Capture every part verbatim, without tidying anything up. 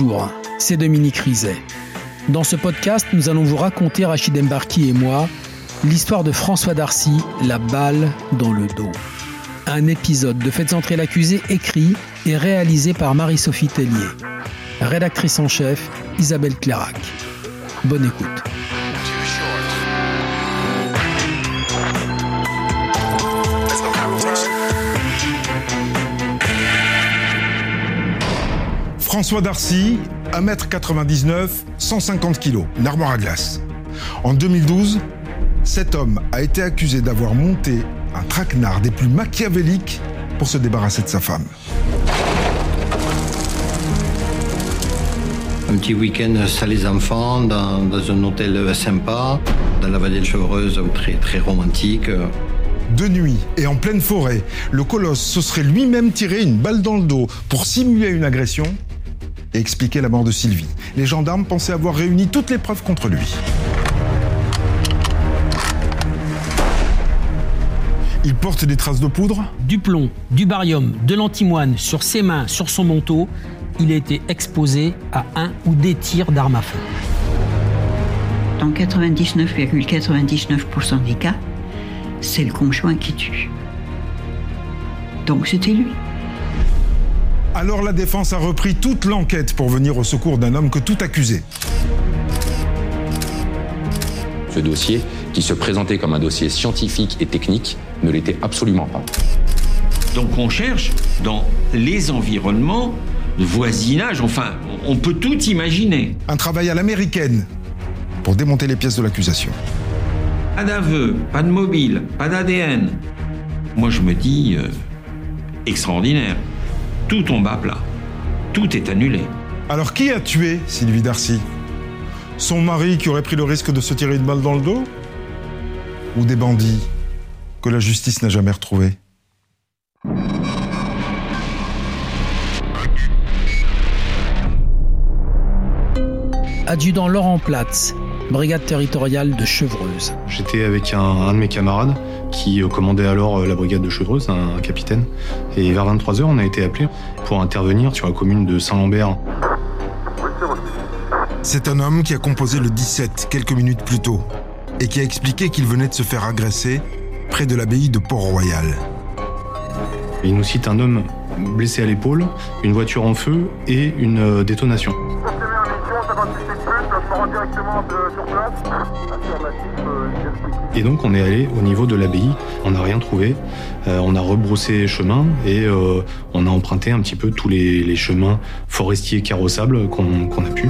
Bonjour, c'est Dominique Rizet. Dans ce podcast, nous allons vous raconter, Rachid Embarki et moi, l'histoire de François Darcy, la balle dans le dos. Un épisode de Faites entrer l'accusé écrit et réalisé par Marie-Sophie Tellier. Rédactrice en chef, Isabelle Clairac. Bonne écoute. François Darcy, un mètre quatre-vingt-dix-neuf, cent cinquante kilos, une armoire à glace. En deux mille douze, cet homme a été accusé d'avoir monté un traquenard des plus machiavéliques pour se débarrasser de sa femme. Un petit week-end sans les enfants, dans, dans un hôtel sympa, dans la vallée de Chevreuse, très, très romantique. De nuit et en pleine forêt, le colosse se serait lui-même tiré une balle dans le dos pour simuler une agression et expliquer la mort de Sylvie. Les gendarmes pensaient avoir réuni toutes les preuves contre lui. Il porte des traces de poudre ? Du plomb, du barium, de l'antimoine sur ses mains, sur son manteau. Il a été exposé à un ou des tirs d'armes à feu. Dans quatre-vingt-dix-neuf virgule quatre-vingt-dix-neuf pour cent des cas, c'est le conjoint qui tue. Donc c'était lui. Alors la défense a repris toute l'enquête pour venir au secours d'un homme que tout accusait. Ce dossier, qui se présentait comme un dossier scientifique et technique, ne l'était absolument pas. Donc on cherche dans les environnements, le voisinage, enfin, on peut tout imaginer. Un travail à l'américaine pour démonter les pièces de l'accusation. Pas d'aveu, pas de mobile, pas d'A D N. Moi je me dis, euh, extraordinaire. Tout tombe à plat. Tout est annulé. Alors qui a tué Sylvie Darcy ? Son mari qui aurait pris le risque de se tirer une balle dans le dos ? Ou des bandits que la justice n'a jamais retrouvés ? Adjudant Laurent Platz, brigade territoriale de Chevreuse. J'étais avec un, un de mes camarades qui commandait alors la brigade de Chevreuse, un, un capitaine. Et vers vingt-trois heures, on a été appelés pour intervenir sur la commune de Saint-Lambert. C'est un homme qui a composé le dix-sept quelques minutes plus tôt et qui a expliqué qu'il venait de se faire agresser près de l'abbaye de Port-Royal. Il nous cite un homme blessé à l'épaule, une voiture en feu et une détonation. Et donc on est allé au niveau de l'abbaye, on n'a rien trouvé, euh, on a rebroussé chemin et euh, on a emprunté un petit peu tous les, les chemins forestiers carrossables qu'on, qu'on a pu.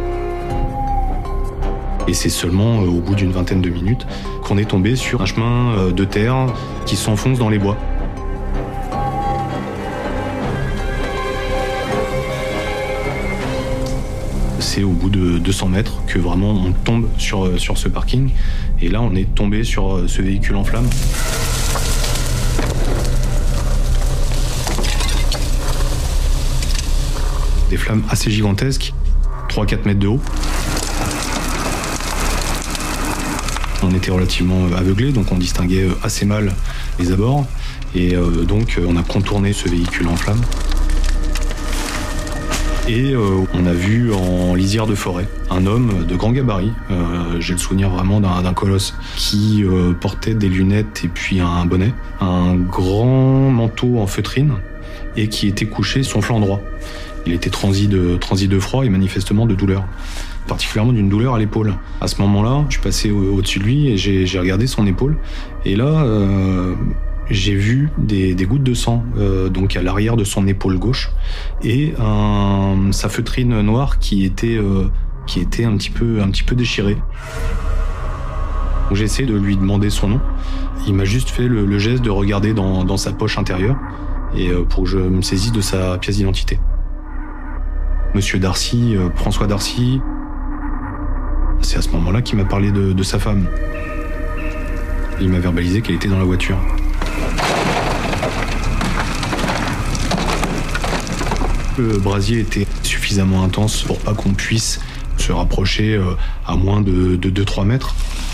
Et c'est seulement euh, au bout d'une vingtaine de minutes qu'on est tombé sur un chemin euh, de terre qui s'enfonce dans les bois. C'est au bout de deux cents mètres que vraiment on tombe sur, sur ce parking. Et là, on est tombé sur ce véhicule en flammes. Des flammes assez gigantesques, trois à quatre mètres de haut. On était relativement aveuglés, donc on distinguait assez mal les abords. Et donc, on a contourné ce véhicule en flammes. Et euh, on a vu en lisière de forêt un homme de grand gabarit, euh, j'ai le souvenir vraiment d'un, d'un colosse, qui euh, portait des lunettes et puis un bonnet, un grand manteau en feutrine et qui était couché son flanc droit. Il était transi de, transi de froid et manifestement de douleur, particulièrement d'une douleur à l'épaule. À ce moment-là, je suis passé au- au-dessus de lui et j'ai, j'ai regardé son épaule et là... Euh, j'ai vu des, des gouttes de sang euh, donc à l'arrière de son épaule gauche et un, sa feutrine noire qui était, euh, qui était un, petit peu, un petit peu déchirée. Donc j'ai essayé de lui demander son nom. Il m'a juste fait le, le geste de regarder dans, dans sa poche intérieure et euh, pour que je me saisisse de sa pièce d'identité. Monsieur Darcy, euh, François Darcy, c'est à ce moment-là qu'il m'a parlé de, de sa femme. Il m'a verbalisé qu'elle était dans la voiture. Le brasier était suffisamment intense pour pas qu'on puisse se rapprocher à moins de deux à trois mètres.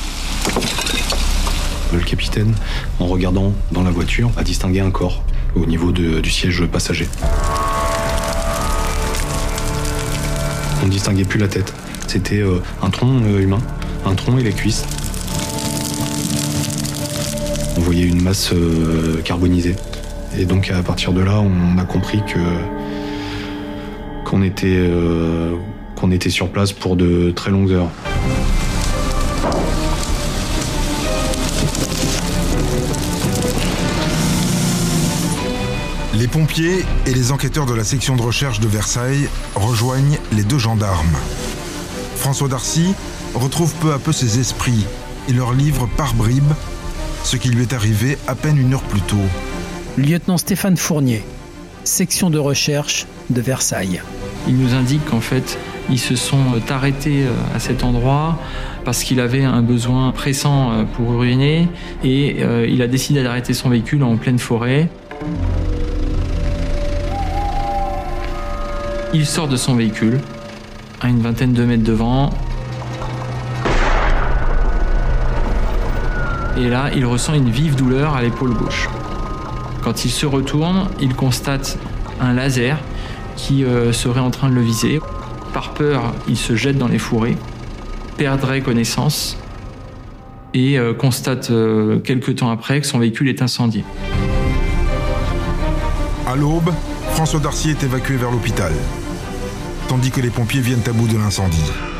Le capitaine, en regardant dans la voiture, a distingué un corps au niveau de, du siège passager. On ne distinguait plus la tête. C'était euh, un tronc euh, humain, un tronc et les cuisses. On voyait une masse euh, carbonisée. Et donc à partir de là, on a compris que qu'on était, euh, qu'on était sur place pour de très longues heures. Les pompiers et les enquêteurs de la section de recherche de Versailles rejoignent les deux gendarmes. François Darcy retrouve peu à peu ses esprits et leur livre par bribes ce qui lui est arrivé à peine une heure plus tôt. Lieutenant Stéphane Fournier, section de recherche de Versailles. Il nous indique qu'en fait, ils se sont arrêtés à cet endroit parce qu'il avait un besoin pressant pour uriner et euh, il a décidé d'arrêter son véhicule en pleine forêt. Il sort de son véhicule, à une vingtaine de mètres devant. Et là, il ressent une vive douleur à l'épaule gauche. Quand il se retourne, il constate un laser qui euh, serait en train de le viser. Par peur, il se jette dans les fourrés, perdrait connaissance et euh, constate euh, quelques temps après que son véhicule est incendié. À l'aube, François Darcy est évacué vers l'hôpital, tandis que les pompiers viennent à bout de l'incendie.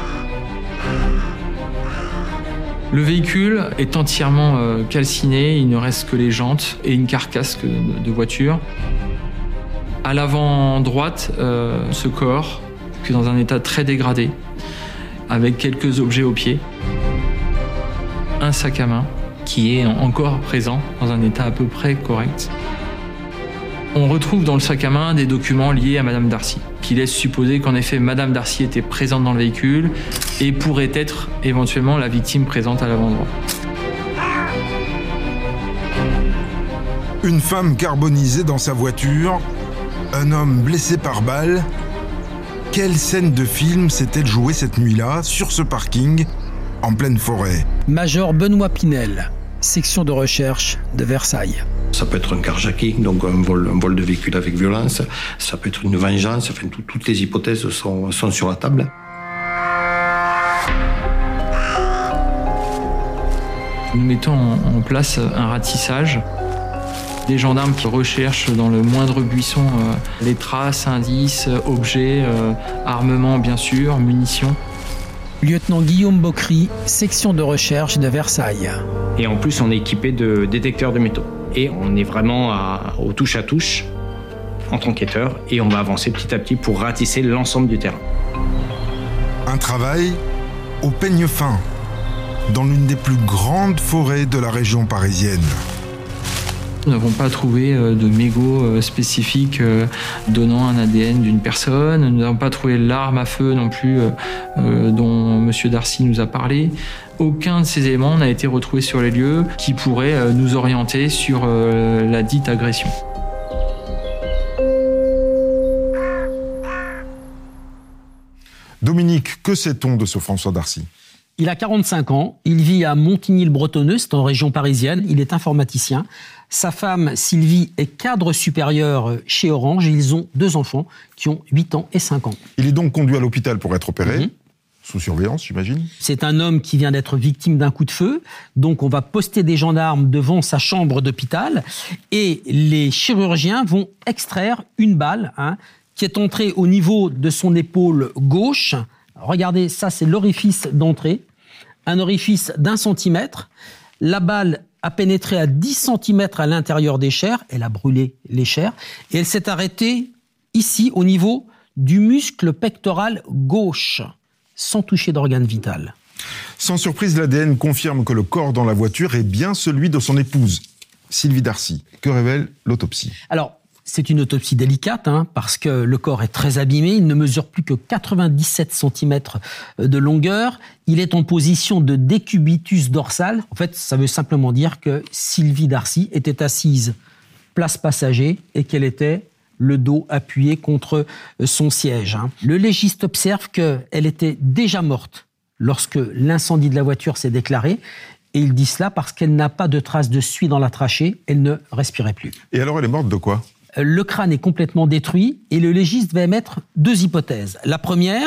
Le véhicule est entièrement euh, calciné, il ne reste que les jantes et une carcasse de, de voiture. À l'avant droite, euh, ce corps, qui est dans un état très dégradé, avec quelques objets aux pieds. Un sac à main qui est encore présent, dans un état à peu près correct. On retrouve dans le sac à main des documents liés à Madame Darcy, qui laissent supposer qu'en effet Madame Darcy était présente dans le véhicule et pourrait être éventuellement la victime présente à l'avant-droit. Une femme carbonisée dans sa voiture, un homme blessé par balle. Quelle scène de film s'est-elle jouée cette nuit-là, sur ce parking, en pleine forêt? Major Benoît Pinel, section de recherche de Versailles. Ça peut être un carjacking, donc un vol, un vol de véhicule avec violence. Ça peut être une vengeance. Enfin, tout, toutes les hypothèses sont, sont sur la table. Nous mettons en place un ratissage. Des gendarmes qui recherchent dans le moindre buisson euh, les traces, indices, objets, euh, armements bien sûr, munitions. Lieutenant Guillaume Bocry, section de recherche de Versailles. Et en plus, on est équipé de détecteurs de métaux. Et on est vraiment à, au touche-à-touche en tant qu'enquêteur et on va avancer petit à petit pour ratisser l'ensemble du terrain. Un travail au peigne fin, dans l'une des plus grandes forêts de la région parisienne. Nous n'avons pas trouvé de mégots spécifiques donnant un A D N d'une personne. Nous n'avons pas trouvé l'arme à feu non plus dont M. Darcy nous a parlé. Aucun de ces éléments n'a été retrouvé sur les lieux qui pourrait nous orienter sur la dite agression. Dominique, que sait-on de ce François Darcy ? Il a quarante-cinq ans, il vit à Montigny-le-Bretonneux, c'est en région parisienne, il est informaticien. Sa femme Sylvie est cadre supérieur chez Orange et ils ont deux enfants qui ont huit ans et cinq ans. Il est donc conduit à l'hôpital pour être opéré, mmh. sous surveillance j'imagine. C'est un homme qui vient d'être victime d'un coup de feu, donc on va poster des gendarmes devant sa chambre d'hôpital et les chirurgiens vont extraire une balle hein, qui est entrée au niveau de son épaule gauche. Regardez, ça c'est l'orifice d'entrée, un orifice d'un centimètre. La balle a pénétré à dix centimètres à l'intérieur des chairs, elle a brûlé les chairs, et elle s'est arrêtée ici, au niveau du muscle pectoral gauche, sans toucher d'organe vital. Sans surprise, l'A D N confirme que le corps dans la voiture est bien celui de son épouse, Sylvie Darcy. Que révèle l'autopsie ? Alors, c'est une autopsie délicate, hein, parce que le corps est très abîmé, il ne mesure plus que quatre-vingt-dix-sept centimètres de longueur, il est en position de décubitus dorsal. En fait, ça veut simplement dire que Sylvie Darcy était assise place passager et qu'elle était le dos appuyé contre son siège. Hein. Le légiste observe qu'elle était déjà morte lorsque l'incendie de la voiture s'est déclaré. Et il dit cela parce qu'elle n'a pas de traces de suie dans la trachée, elle ne respirait plus. Et alors elle est morte de quoi ? Le crâne est complètement détruit et le légiste va émettre deux hypothèses. La première,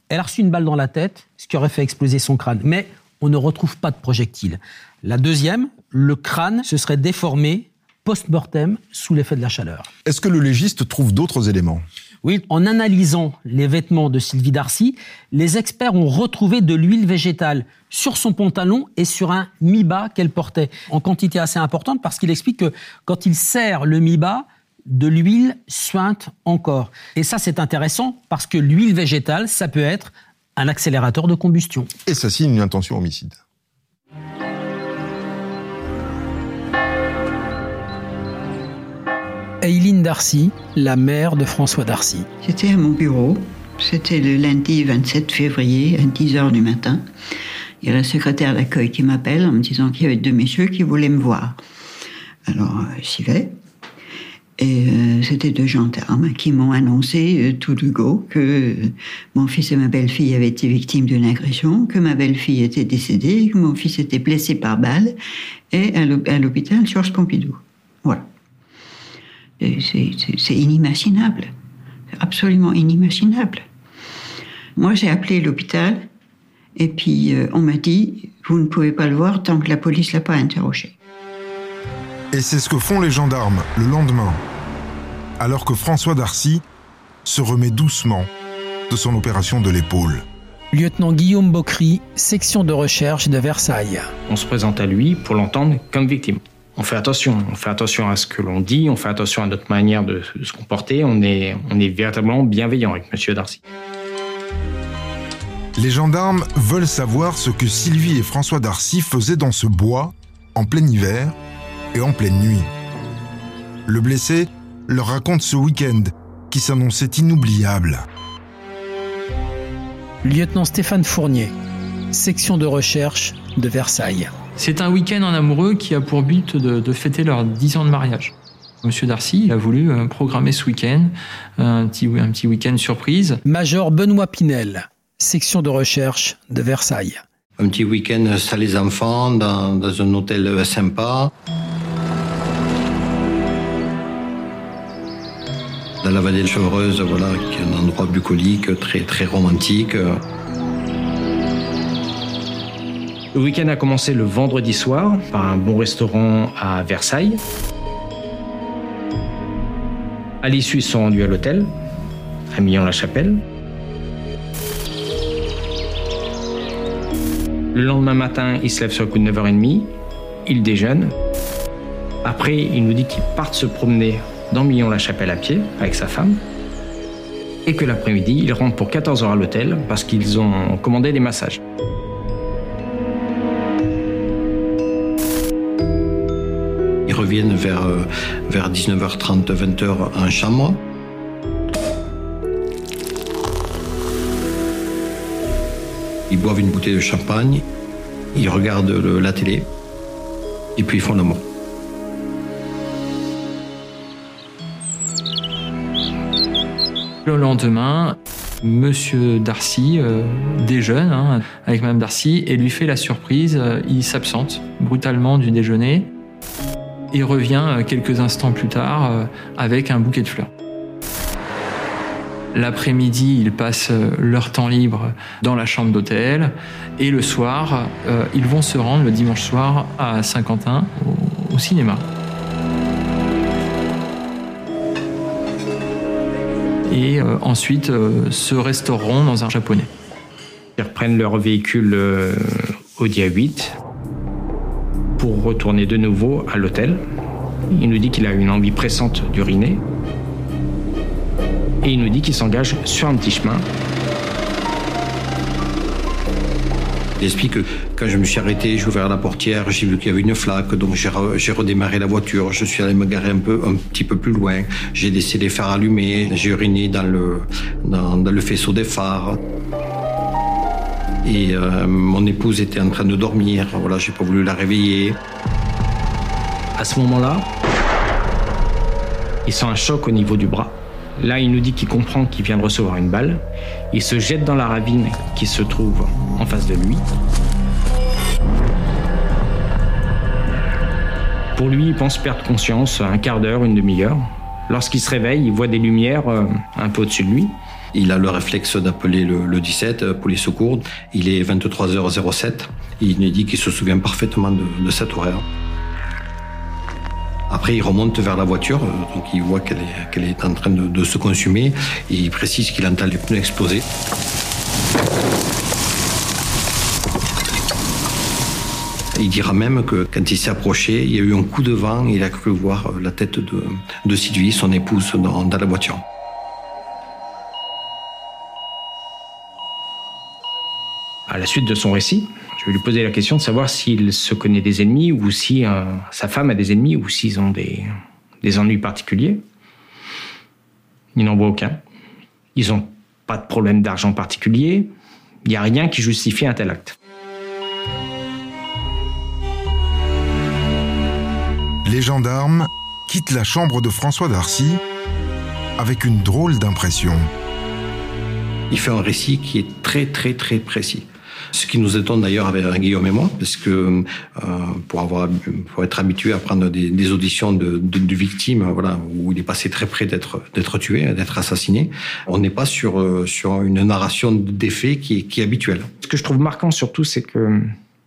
Elle a reçu une balle dans la tête, ce qui aurait fait exploser son crâne. Mais on ne retrouve pas de projectile. La deuxième, le crâne se serait déformé post-mortem sous l'effet de la chaleur. Est-ce que le légiste trouve d'autres éléments ? Oui, en analysant les vêtements de Sylvie Darcy, les experts ont retrouvé de l'huile végétale sur son pantalon et sur un mi-bas qu'elle portait, en quantité assez importante, parce qu'il explique que quand il serre le mi-bas, de l'huile suinte encore. Et ça, c'est intéressant, parce que l'huile végétale, ça peut être un accélérateur de combustion. Et ça signe une intention homicide. Aileen Darcy, la mère de François Darcy. J'étais à mon bureau, c'était le lundi vingt-sept février à dix heures du matin. Il y a la secrétaire d'accueil qui m'appelle en me disant qu'il y avait deux messieurs qui voulaient me voir. Alors, j'y vais. Et euh, c'était deux gendarmes qui m'ont annoncé euh, tout de go que euh, mon fils et ma belle-fille avaient été victimes d'une agression, que ma belle-fille était décédée, que mon fils était blessé par balle et à l'hôpital Georges Pompidou. Voilà. Et c'est, c'est, c'est inimaginable. C'est absolument inimaginable. Moi, j'ai appelé l'hôpital et puis euh, on m'a dit « Vous ne pouvez pas le voir tant que la police ne l'a pas interrogé ». Et c'est ce que font les gendarmes le lendemain, alors que François Darcy se remet doucement de son opération de l'épaule. Lieutenant Guillaume Bocry, section de recherche de Versailles. On se présente à lui pour l'entendre comme victime. On fait attention, on fait attention à ce que l'on dit, on fait attention à notre manière de se comporter, on est, on est véritablement bienveillant avec Monsieur Darcy. Les gendarmes veulent savoir ce que Sylvie et François Darcy faisaient dans ce bois, en plein hiver et en pleine nuit. Le blessé leur raconte ce week-end qui s'annonçait inoubliable. Lieutenant Stéphane Fournier, section de recherche de Versailles. C'est un week-end en amoureux qui a pour but de, de fêter leurs dix ans de mariage. Monsieur Darcy il a voulu programmer ce week-end, un petit, un petit week-end surprise. Major Benoît Pinel, section de recherche de Versailles. Un petit week-end sans les enfants, dans, dans un hôtel sympa. Dans la vallée de Chevreuse, voilà, qui est un endroit bucolique, très, très romantique. Le week-end a commencé le vendredi soir par un bon restaurant à Versailles. À l'issue, ils sont rendus à l'hôtel, à Millon-la-Chapelle. Le lendemain matin, ils se lèvent sur le coup de neuf heures trente, ils déjeunent. Après, il nous dit qu'ils partent se promener dans Millon-la-Chapelle à pied avec sa femme. Et que l'après-midi, ils rentrent pour quatorze heures à l'hôtel parce qu'ils ont commandé des massages. Ils reviennent vers, euh, vers dix-neuf heures trente, vingt heures en chambre. Ils boivent une bouteille de champagne, ils regardent le, la télé, et puis ils font l'amour. Le lendemain, Monsieur Darcy euh, déjeune hein, avec Madame Darcy et lui fait la surprise. Euh, il s'absente brutalement du déjeuner et revient euh, quelques instants plus tard euh, avec un bouquet de fleurs. L'après-midi, ils passent leur temps libre dans la chambre d'hôtel. Et le soir, euh, ils vont se rendre le dimanche soir à Saint-Quentin, au, au cinéma. Et euh, ensuite, euh, se restaureront dans un japonais. Ils reprennent leur véhicule euh, Audi A huit pour retourner de nouveau à l'hôtel. Il nous dit qu'il a une envie pressante d'uriner. Et il nous dit qu'il s'engage sur un petit chemin. Il explique que quand je me suis arrêté, j'ai ouvert la portière, j'ai vu qu'il y avait une flaque, donc j'ai, re, j'ai redémarré la voiture, je suis allé me garer un, peu, un petit peu plus loin, j'ai laissé les phares allumés, j'ai uriné dans le, dans, dans le faisceau des phares. Et euh, mon épouse était en train de dormir, voilà, j'ai pas voulu la réveiller. À ce moment-là, il sent un choc au niveau du bras. Là, il nous dit qu'il comprend qu'il vient de recevoir une balle. Il se jette dans la ravine qui se trouve en face de lui. Pour lui, il pense perdre conscience un quart d'heure, une demi-heure. Lorsqu'il se réveille, il voit des lumières un peu au-dessus de lui. Il a le réflexe d'appeler le, le dix-sept pour les secours. Il est vingt-trois heures zéro sept. Il nous dit qu'il se souvient parfaitement de, de cet horaire. Après, il remonte vers la voiture, donc il voit qu'elle est, qu'elle est en train de, de se consumer. Et il précise qu'il entend les pneus exploser. Il dira même que quand il s'est approché, il y a eu un coup de vent et il a cru voir la tête de, de Sylvie, son épouse, dans, dans la voiture. À la suite de son récit, je vais lui poser la question de savoir s'il se connaît des ennemis ou si euh, sa femme a des ennemis ou s'ils ont des, des ennuis particuliers. Il n'en voit aucun. Ils n'ont pas de problème d'argent particulier. Il n'y a rien qui justifie un tel acte. Les gendarmes quittent la chambre de François Darcy avec une drôle d'impression. Il fait un récit qui est très très très précis. Ce qui nous étonne d'ailleurs avec Guillaume et moi, parce que euh, pour, avoir, pour être habitué à prendre des, des auditions de, de, de victimes, voilà, où il est passé très près d'être, d'être tué, d'être assassiné, on n'est pas sur, sur une narration des faits qui est, qui est habituelle. Ce que je trouve marquant surtout, c'est que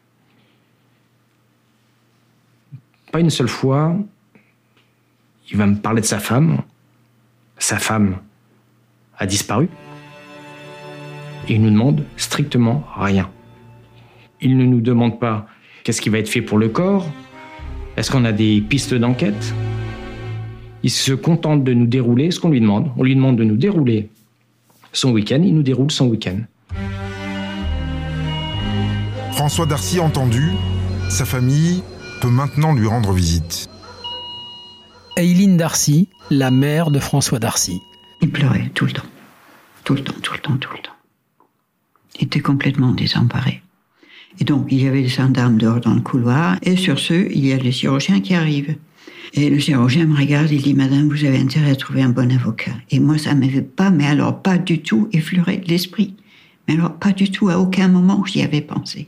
pas une seule fois, il va me parler de sa femme. Sa femme a disparu. Et il nous demande strictement rien. Il ne nous demande pas qu'est-ce qui va être fait pour le corps, est-ce qu'on a des pistes d'enquête. Il se contente de nous dérouler ce qu'on lui demande. On lui demande de nous dérouler son week-end, il nous déroule son week-end. François Darcy entendu, sa famille peut maintenant lui rendre visite. Aileen Darcy, la mère de François Darcy. Il pleurait tout le temps. Tout le temps, tout le temps, tout le temps. Il était complètement désemparé. Et donc, il y avait les gendarmes dehors dans le couloir, et sur ce, il y a le chirurgien qui arrive. Et le chirurgien me regarde, il dit « Madame, vous avez intérêt à trouver un bon avocat. » Et moi, ça ne m'avait pas, mais alors pas du tout effleuré l'esprit. Mais alors pas du tout, à aucun moment, j'y avais pensé.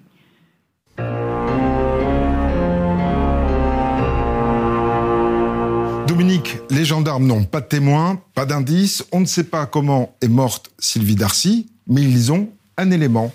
Dominique, les gendarmes n'ont pas de témoins, pas d'indices, on ne sait pas comment est morte Sylvie Darcy, mais ils ont un élément,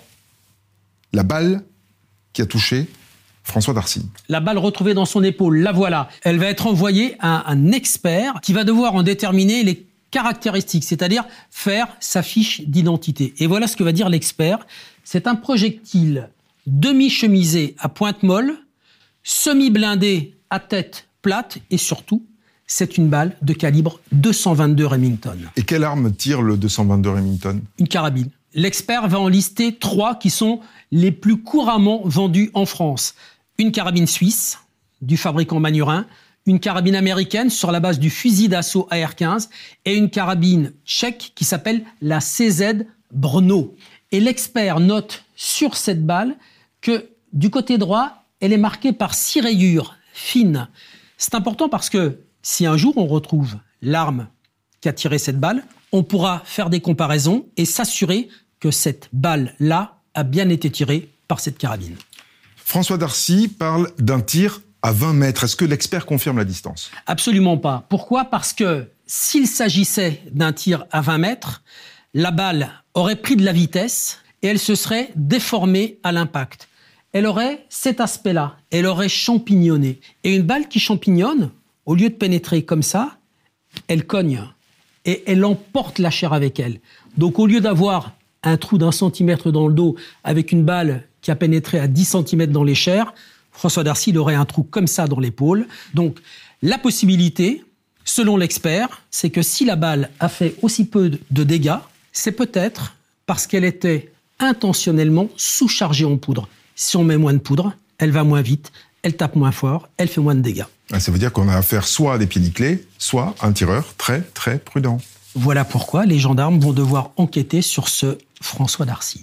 la balle qui a touché François Darcy. La balle retrouvée dans son épaule, la voilà. Elle va être envoyée à un expert qui va devoir en déterminer les caractéristiques, c'est-à-dire faire sa fiche d'identité. Et voilà ce que va dire l'expert. C'est un projectile demi-chemisé à pointe molle, semi-blindé à tête plate et surtout, c'est une balle de calibre deux cent vingt-deux Remington. Et quelle arme tire le deux cent vingt-deux Remington ? Une carabine. L'expert va en lister trois qui sont les plus couramment vendues en France. Une carabine suisse, du fabricant Manurin, une carabine américaine sur la base du fusil d'assaut A R quinze et une carabine tchèque qui s'appelle la C Z Brno. Et l'expert note sur cette balle que du côté droit, elle est marquée par six rayures fines. C'est important parce que si un jour on retrouve l'arme qui a tiré cette balle, on pourra faire des comparaisons et s'assurer que cette balle-là a bien été tirée par cette carabine. François Darcy parle d'un tir à vingt mètres. Est-ce que l'expert confirme la distance ? Absolument pas. Pourquoi ? Parce que s'il s'agissait d'un tir à vingt mètres, la balle aurait pris de la vitesse et elle se serait déformée à l'impact. Elle aurait cet aspect-là, elle aurait champignonné. Et une balle qui champignonne, au lieu de pénétrer comme ça, elle cogne et elle emporte la chair avec elle. Donc au lieu d'avoir un trou d'un centimètre dans le dos avec une balle qui a pénétré à dix centimètres dans les chairs, François Darcy il aurait un trou comme ça dans l'épaule. Donc la possibilité, selon l'expert, c'est que si la balle a fait aussi peu de dégâts, c'est peut-être parce qu'elle était intentionnellement sous-chargée en poudre. Si on met moins de poudre, elle va moins vite, elle tape moins fort, elle fait moins de dégâts. Ça veut dire qu'on a affaire soit à des pieds nickelés, soit à un tireur très très prudent. Voilà pourquoi les gendarmes vont devoir enquêter sur ce François Darcy.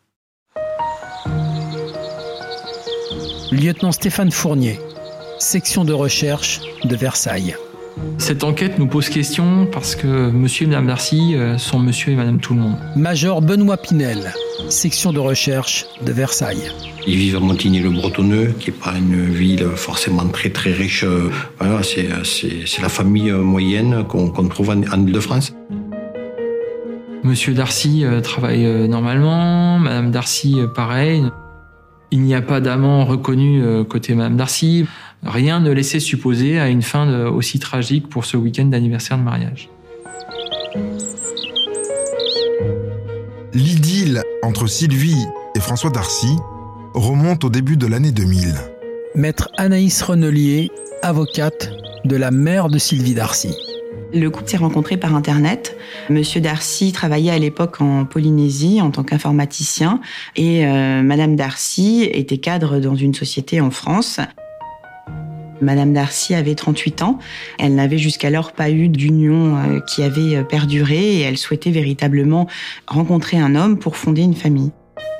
Lieutenant Stéphane Fournier, section de recherche de Versailles. Cette enquête nous pose question parce que monsieur et madame Darcy sont monsieur et madame tout le monde. Major Benoît Pinel, section de recherche de Versailles. Ils vivent à Montigny-le-Bretonneux, qui n'est pas une ville forcément très très riche. Voilà, c'est, c'est, c'est la famille moyenne qu'on, qu'on trouve en, en Ile-de-France. Monsieur Darcy euh, travaille euh, normalement, Madame Darcy euh, pareil. Il n'y a pas d'amant reconnu euh, côté Madame Darcy. Rien ne laissait supposer à une fin de, aussi tragique pour ce week-end d'anniversaire de mariage. L'idylle entre Sylvie et François Darcy remonte au début de l'année deux mille. Maître Anaïs Renelier, avocate de la mère de Sylvie Darcy. Le couple s'est rencontré par Internet. Monsieur Darcy travaillait à l'époque en Polynésie en tant qu'informaticien et euh, Madame Darcy était cadre dans une société en France. Madame Darcy avait trente-huit ans. Elle n'avait jusqu'alors pas eu d'union euh, qui avait perduré et elle souhaitait véritablement rencontrer un homme pour fonder une famille.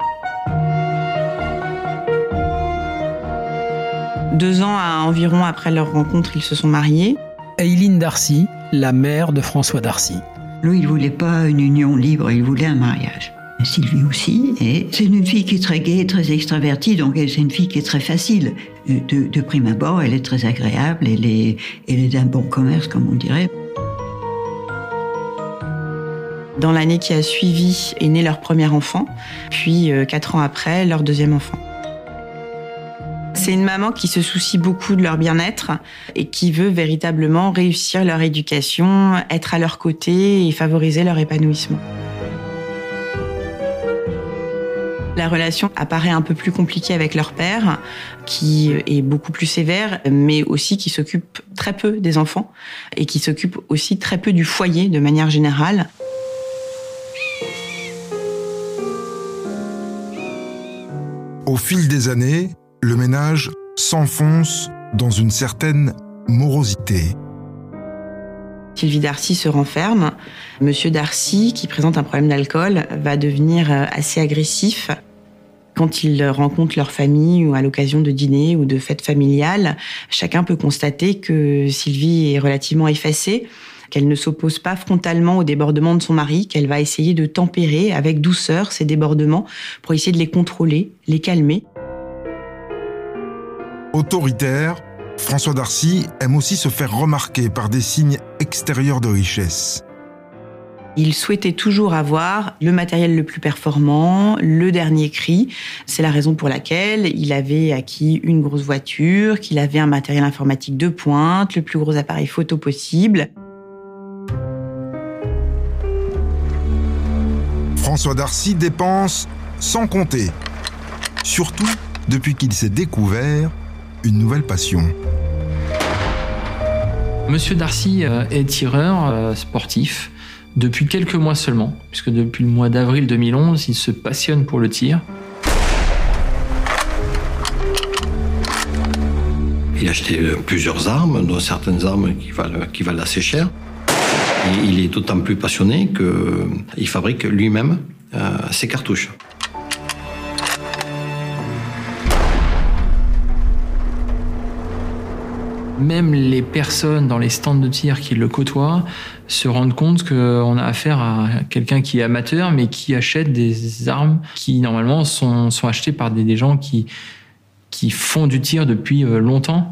Deux ans à environ après leur rencontre, ils se sont mariés. Aileen Darcy, la mère de François Darcy. Lui, il ne voulait pas une union libre, il voulait un mariage. Sylvie aussi, et c'est une fille qui est très gaie, très extravertie, donc c'est une fille qui est très facile. De, de prime abord, elle est très agréable, elle est, elle est d'un bon commerce, comme on dirait. Dans l'année qui a suivi est né leur premier enfant, puis euh, quatre ans après, leur deuxième enfant. C'est une maman qui se soucie beaucoup de leur bien-être et qui veut véritablement réussir leur éducation, être à leur côté et favoriser leur épanouissement. La relation apparaît un peu plus compliquée avec leur père, qui est beaucoup plus sévère, mais aussi qui s'occupe très peu des enfants et qui s'occupe aussi très peu du foyer de manière générale. Au fil des années, le ménage s'enfonce dans une certaine morosité. Sylvie Darcy se renferme. Monsieur Darcy, qui présente un problème d'alcool, va devenir assez agressif. Quand ils rencontrent leur famille ou à l'occasion de dîners ou de fêtes familiales, chacun peut constater que Sylvie est relativement effacée, qu'elle ne s'oppose pas frontalement aux débordements de son mari, qu'elle va essayer de tempérer avec douceur ces débordements pour essayer de les contrôler, les calmer. Autoritaire, François Darcy aime aussi se faire remarquer par des signes extérieurs de richesse. Il souhaitait toujours avoir le matériel le plus performant, le dernier cri. C'est la raison pour laquelle il avait acquis une grosse voiture, qu'il avait un matériel informatique de pointe, le plus gros appareil photo possible. François Darcy dépense sans compter, surtout depuis qu'il s'est découvert une nouvelle passion. Monsieur Darcy est tireur sportif depuis quelques mois seulement, puisque depuis le mois d'avril deux mille onze, il se passionne pour le tir. Il a acheté plusieurs armes, dont certaines armes qui valent, qui valent assez cher. Et il est d'autant plus passionné qu'il fabrique lui-même euh, ses cartouches. Même les personnes dans les stands de tir qui le côtoient se rendent compte qu'on a affaire à quelqu'un qui est amateur, mais qui achète des armes qui, normalement, sont, sont achetées par des, des gens qui, qui font du tir depuis longtemps.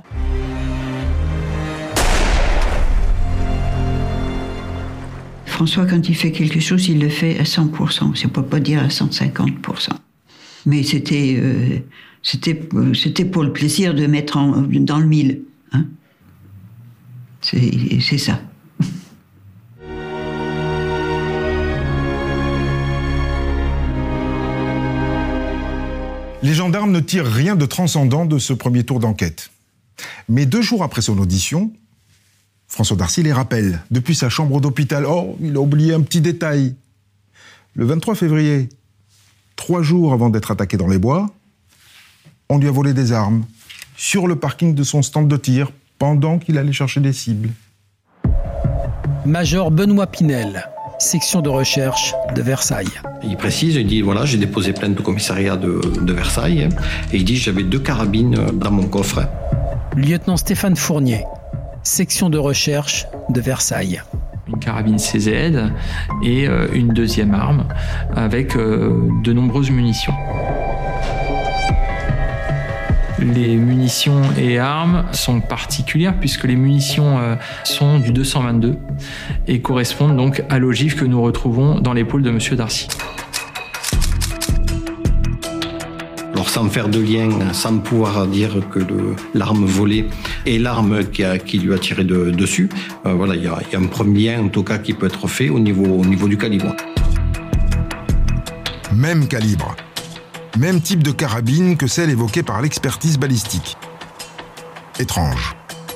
François, quand il fait quelque chose, il le fait à cent pour cent. Je ne peux pas dire à cent cinquante pour cent. Mais c'était, euh, c'était, c'était pour le plaisir de mettre en, dans le mille. Hein, c'est, c'est ça. Les gendarmes ne tirent rien de transcendant de ce premier tour d'enquête. Mais deux jours après son audition, François Darcy les rappelle depuis sa chambre d'hôpital. Oh, il a oublié un petit détail. Le vingt-trois février, trois jours avant d'être attaqué dans les bois, on lui a volé des armes sur le parking de son stand de tir pendant qu'il allait chercher des cibles. Major Benoît Pinel, section de recherche de Versailles. Il précise, il dit, voilà, j'ai déposé plainte au commissariat de, de Versailles, et il dit, j'avais deux carabines dans mon coffre. Lieutenant Stéphane Fournier, section de recherche de Versailles. Une carabine C Z et euh, une deuxième arme avec euh, de nombreuses munitions. Les munitions et armes sont particulières puisque les munitions euh, sont du deux cent vingt-deux et correspondent donc à l'ogive que nous retrouvons dans l'épaule de Monsieur Darcy. Alors sans faire de lien, sans pouvoir dire que le, l'arme volée est l'arme qui, a, qui lui a tiré de, dessus, euh, voilà, il y, y a un premier lien en tout cas qui peut être fait au niveau, au niveau du calibre. Même calibre, même type de carabine que celle évoquée par l'expertise balistique. Étrange.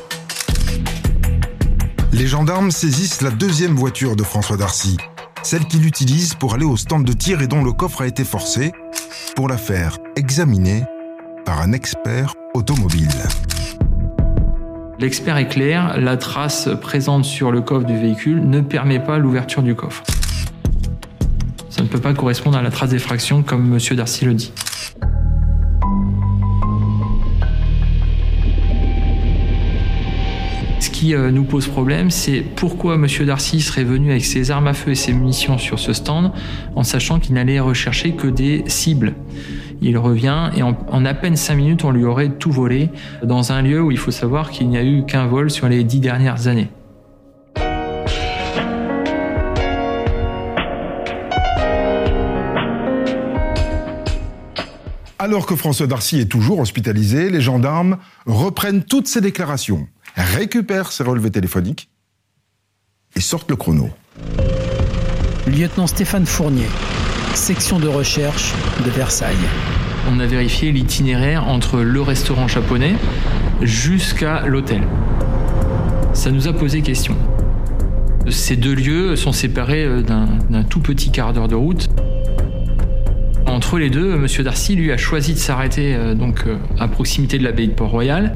Les gendarmes saisissent la deuxième voiture de François Darcy, celle qu'il utilise pour aller au stand de tir et dont le coffre a été forcé, pour la faire examiner par un expert automobile. L'expert est clair, la trace présente sur le coffre du véhicule ne permet pas l'ouverture du coffre. Ça ne peut pas correspondre à la trace d'effraction comme M. Darcy le dit. Ce qui euh, nous pose problème, c'est pourquoi M. Darcy serait venu avec ses armes à feu et ses munitions sur ce stand en sachant qu'il n'allait rechercher que des cibles. Il revient et en, en à peine cinq minutes, on lui aurait tout volé dans un lieu où il faut savoir qu'il n'y a eu qu'un vol sur les dix dernières années. Alors que François Darcy est toujours hospitalisé, les gendarmes reprennent toutes ses déclarations, récupèrent ses relevés téléphoniques et sortent le chrono. Lieutenant Stéphane Fournier, section de recherche de Versailles. On a vérifié l'itinéraire entre le restaurant japonais jusqu'à l'hôtel. Ça nous a posé question. Ces deux lieux sont séparés d'un, d'un tout petit quart d'heure de route. Entre les deux, M. Darcy, lui, a choisi de s'arrêter euh, donc, euh, à proximité de l'abbaye de Port-Royal.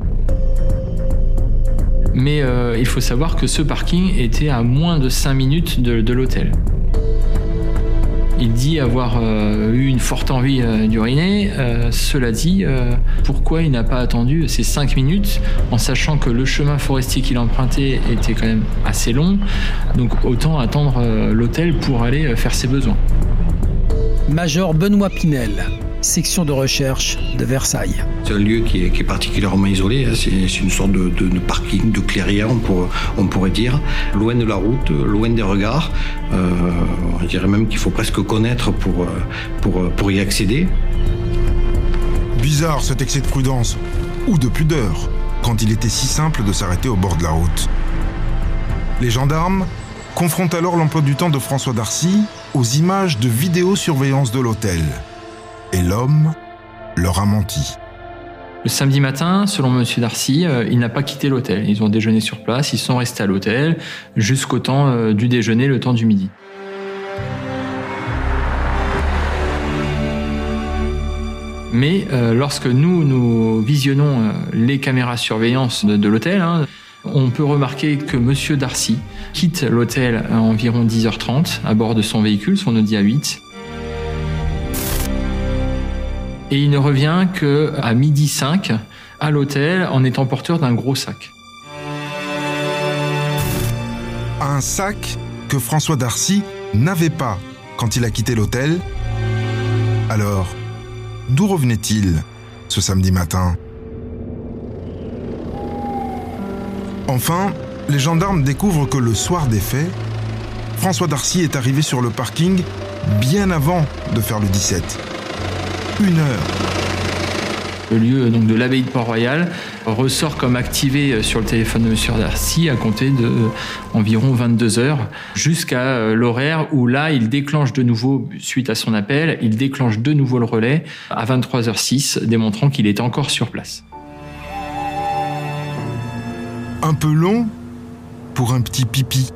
Mais euh, il faut savoir que ce parking était à moins de cinq minutes de, de l'hôtel. Il dit avoir euh, eu une forte envie euh, d'uriner. Euh, cela dit, euh, pourquoi il n'a pas attendu ces cinq minutes en sachant que le chemin forestier qu'il empruntait était quand même assez long. Donc autant attendre euh, l'hôtel pour aller euh, faire ses besoins. Major Benoît Pinel, section de recherche de Versailles. C'est un lieu qui est, qui est particulièrement isolé, c'est, c'est une sorte de, de, de parking, de clairière, on, pour, on pourrait dire, loin de la route, loin des regards. Euh, je dirais même qu'il faut presque connaître pour, pour, pour y accéder. Bizarre cet excès de prudence, ou de pudeur, quand il était si simple de s'arrêter au bord de la route. Les gendarmes confrontent alors l'emploi du temps de François Darcy aux images de vidéosurveillance de l'hôtel. Et l'homme leur a menti. Le samedi matin, selon M. Darcy, euh, il n'a pas quitté l'hôtel. Ils ont déjeuné sur place, ils sont restés à l'hôtel jusqu'au temps euh, du déjeuner, le temps du midi. Mais euh, lorsque nous, nous visionnons euh, les caméras surveillance de, de l'hôtel, hein, on peut remarquer que M. Darcy quitte l'hôtel à environ dix heures trente à bord de son véhicule, son Audi A huit. Et il ne revient qu'à midi cinq à l'hôtel en étant porteur d'un gros sac. Un sac que François Darcy n'avait pas quand il a quitté l'hôtel. Alors, d'où revenait-il ce samedi matin ? Enfin, les gendarmes découvrent que le soir des faits, François Darcy est arrivé sur le parking bien avant de faire le dix-sept. Une heure. Le lieu donc, de l'abbaye de Port-Royal ressort comme activé sur le téléphone de M. Darcy à compter de euh, environ vingt-deux heures jusqu'à euh, l'horaire où là, il déclenche de nouveau, suite à son appel, il déclenche de nouveau le relais à vingt-trois heures six, démontrant qu'il est encore sur place. Un peu long pour un petit pipi.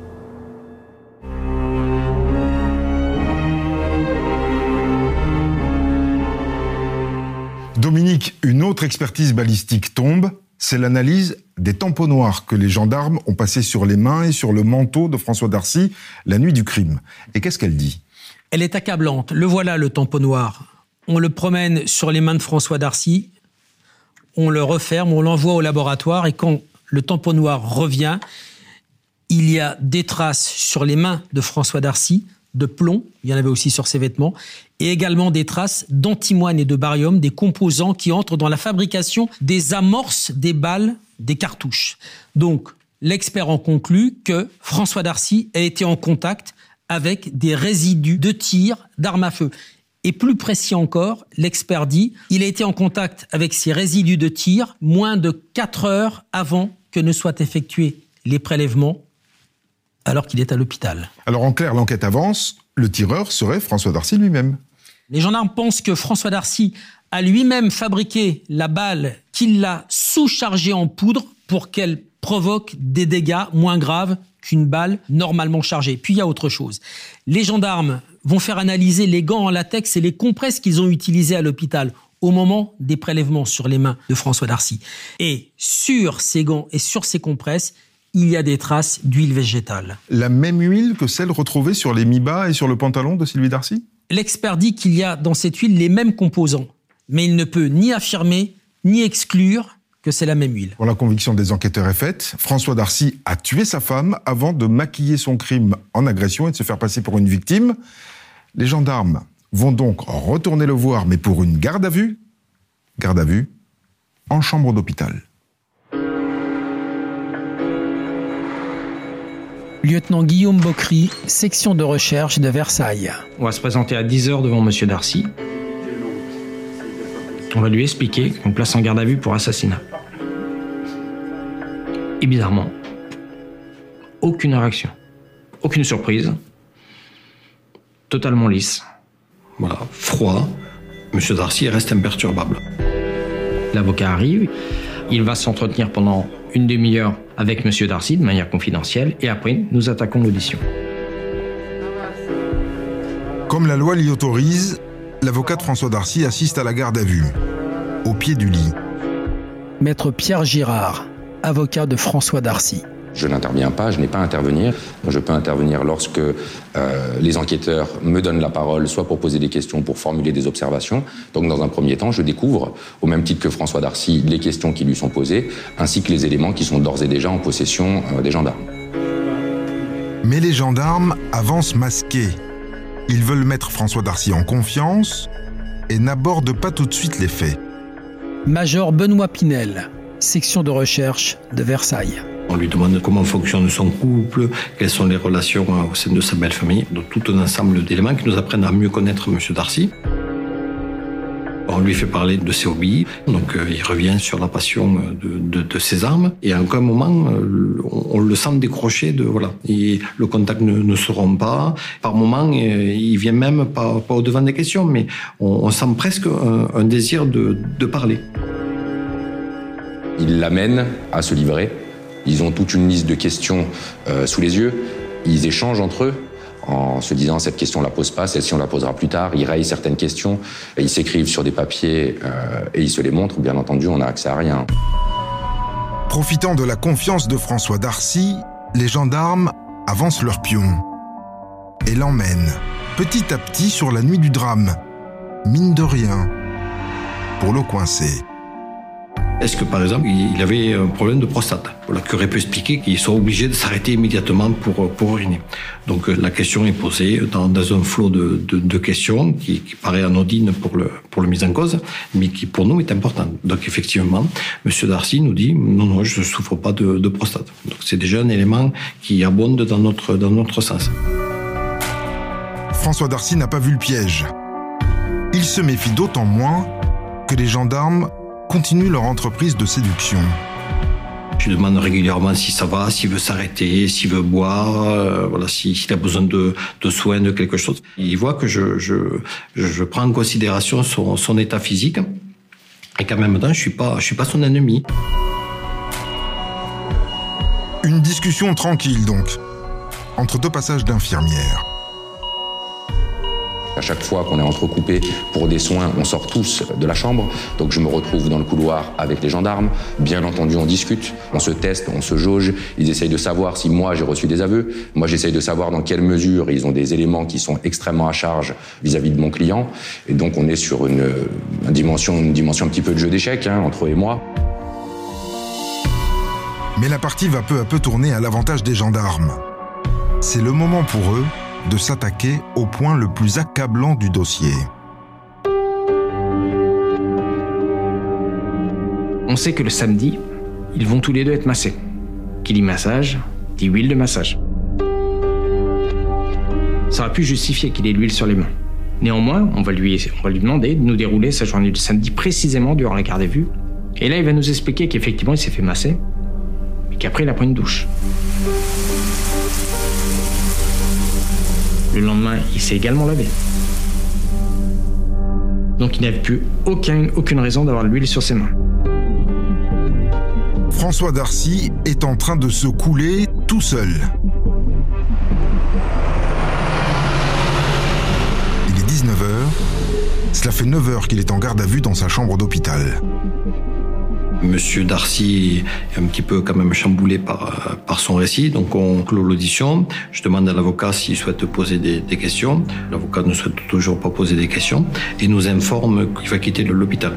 Dominique, une autre expertise balistique tombe, c'est l'analyse des tampons noirs que les gendarmes ont passés sur les mains et sur le manteau de François Darcy la nuit du crime. Et qu'est-ce qu'elle dit ? Elle est accablante. Le voilà, le tampon noir. On le promène sur les mains de François Darcy, on le referme, on l'envoie au laboratoire et quand le tampon noir revient, il y a des traces sur les mains de François Darcy de plomb, il y en avait aussi sur ses vêtements, et également des traces d'antimoine et de barium, des composants qui entrent dans la fabrication des amorces des balles, des cartouches. Donc, l'expert en conclut que François Darcy a été en contact avec des résidus de tir d'armes à feu. Et plus précis encore, l'expert dit il a été en contact avec ces résidus de tir moins de quatre heures avant que ne soient effectués les prélèvements, alors qu'il est à l'hôpital. Alors en clair, l'enquête avance, le tireur serait François Darcy lui-même. Les gendarmes pensent que François Darcy a lui-même fabriqué la balle, qu'il l'a sous-chargée en poudre pour qu'elle provoque des dégâts moins graves qu'une balle normalement chargée. Puis il y a autre chose. Les gendarmes vont faire analyser les gants en latex et les compresses qu'ils ont utilisés à l'hôpital au moment des prélèvements sur les mains de François Darcy. Et sur ces gants et sur ces compresses, il y a des traces d'huile végétale. La même huile que celle retrouvée sur les mi-bas et sur le pantalon de Sylvie Darcy ? L'expert dit qu'il y a dans cette huile les mêmes composants, mais il ne peut ni affirmer ni exclure que c'est la même huile. Bon, la conviction des enquêteurs est faite. François Darcy a tué sa femme avant de maquiller son crime en agression et de se faire passer pour une victime. Les gendarmes vont donc retourner le voir, mais pour une garde à vue, garde à vue, en chambre d'hôpital. Lieutenant Guillaume Bocry, section de recherche de Versailles. On va se présenter à dix heures devant Monsieur Darcy. On va lui expliquer qu'on place en garde à vue pour assassinat. Et bizarrement, aucune réaction, aucune surprise, totalement lisse. Voilà, froid. Monsieur Darcy reste imperturbable. L'avocat arrive, il va s'entretenir pendant une demi-heure avec Monsieur Darcy de manière confidentielle et après nous attaquons l'audition. Comme la loi l'y autorise, l'avocat de François Darcy assiste à la garde à vue, au pied du lit. Maître Pierre Girard, avocat de François Darcy. Je n'interviens pas, je n'ai pas à intervenir. Je peux intervenir lorsque euh, les enquêteurs me donnent la parole, soit pour poser des questions, pour formuler des observations. Donc dans un premier temps, je découvre, au même titre que François Darcy, les questions qui lui sont posées, ainsi que les éléments qui sont d'ores et déjà en possession euh, des gendarmes. Mais les gendarmes avancent masqués. Ils veulent mettre François Darcy en confiance et n'abordent pas tout de suite les faits. Major Benoît Pinel, section de recherche de Versailles. On lui demande comment fonctionne son couple, quelles sont les relations au sein de sa belle famille. Donc tout un ensemble d'éléments qui nous apprennent à mieux connaître M. Darcy. On lui fait parler de ses hobbies, donc euh, il revient sur la passion de, de, de ses armes. Et à aucun moment, euh, on, on le sent décroché de voilà. Et le contact ne, ne se rompt pas. Par moments, euh, il vient même pas, pas au devant des questions, mais on, on sent presque un, un désir de, de parler. Il l'amène à se livrer. Ils ont toute une liste de questions euh, sous les yeux. Ils échangent entre eux en se disant cette question on la pose pas, celle-ci on la posera plus tard. Ils rayent certaines questions, et ils s'écrivent sur des papiers euh, et ils se les montrent. Bien entendu, on n'a accès à rien. Profitant de la confiance de François Darcy, les gendarmes avancent leur pion et l'emmènent petit à petit sur la nuit du drame. Mine de rien, pour le coincer. Est-ce que, par exemple, il avait un problème de prostate, voilà, qui aurait pu expliquer qu'il soit obligé de s'arrêter immédiatement pour, pour uriner. Donc la question est posée dans, dans un flot de, de, de questions qui, qui paraît anodine pour le, pour le mise en cause, mais qui pour nous est importante. Donc effectivement, M. Darcy nous dit « non, non, je ne souffre pas de, de prostate ». Donc c'est déjà un élément qui abonde dans notre, dans notre sens. François Darcy n'a pas vu le piège. Il se méfie d'autant moins que les gendarmes continuent leur entreprise de séduction. Je lui demande régulièrement si ça va, s'il veut s'arrêter, s'il veut boire, euh, voilà, s'il a besoin de, de soins, de quelque chose. Il voit que je, je, je prends en considération son, son état physique et qu'en même temps, je suis pas, je suis pas son ennemi. Une discussion tranquille donc, entre deux passages d'infirmières. À chaque fois qu'on est entrecoupé pour des soins, on sort tous de la chambre. Donc je me retrouve dans le couloir avec les gendarmes. Bien entendu, on discute, on se teste, on se jauge. Ils essayent de savoir si moi j'ai reçu des aveux. Moi j'essaye de savoir dans quelle mesure ils ont des éléments qui sont extrêmement à charge vis-à-vis de mon client. Et donc on est sur une, une, dimension, une dimension un petit peu de jeu d'échecs hein, entre eux et moi. Mais la partie va peu à peu tourner à l'avantage des gendarmes. C'est le moment pour eux de s'attaquer au point le plus accablant du dossier. On sait que le samedi, ils vont tous les deux être massés. Qui dit massage, dit huile de massage. Ça aurait pu justifier qu'il ait de l'huile sur les mains. Néanmoins, on va, lui, on va lui demander de nous dérouler sa journée du samedi précisément durant la garde à vue. Et là, il va nous expliquer qu'effectivement, il s'est fait masser, mais qu'après, il a pris une douche. Le lendemain, il s'est également lavé. Donc, il n'avait plus aucun, aucune raison d'avoir de l'huile sur ses mains. François Darcy est en train de se couler tout seul. Il est dix-neuf heures. Cela fait neuf heures qu'il est en garde à vue dans sa chambre d'hôpital. Monsieur Darcy est un petit peu quand même chamboulé par, par son récit, donc on clôt l'audition. Je demande à l'avocat s'il souhaite poser des, des questions. L'avocat ne souhaite toujours pas poser des questions et nous informe qu'il va quitter l'hôpital.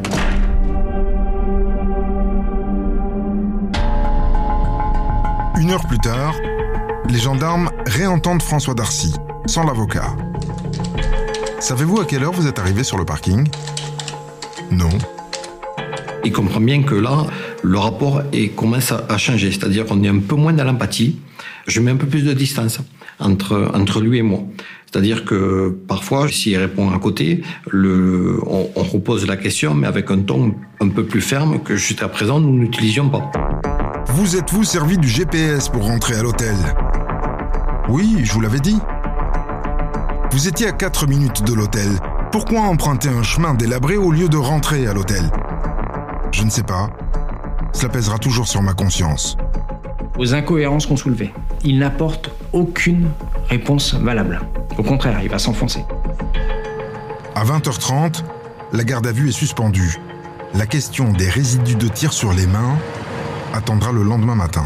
Une heure plus tard, les gendarmes réentendent François Darcy, sans l'avocat. Savez-vous à quelle heure vous êtes arrivé sur le parking ? Non. Il comprend bien que là, le rapport est, commence à, à changer, c'est-à-dire qu'on est un peu moins dans l'empathie. Je mets un peu plus de distance entre, entre lui et moi. C'est-à-dire que parfois, s'il répond à côté, le, on, on repose la question, mais avec un ton un peu plus ferme que jusqu'à présent, nous n'utilisions pas. Vous êtes-vous servi du G P S pour rentrer à l'hôtel ? Oui, je vous l'avais dit. Vous étiez à quatre minutes de l'hôtel. Pourquoi emprunter un chemin délabré au lieu de rentrer à l'hôtel ? Je ne sais pas. Cela pèsera toujours sur ma conscience. Aux incohérences qu'on soulevait, il n'apporte aucune réponse valable. Au contraire, il va s'enfoncer. À vingt heures trente, la garde à vue est suspendue. La question des résidus de tir sur les mains attendra le lendemain matin.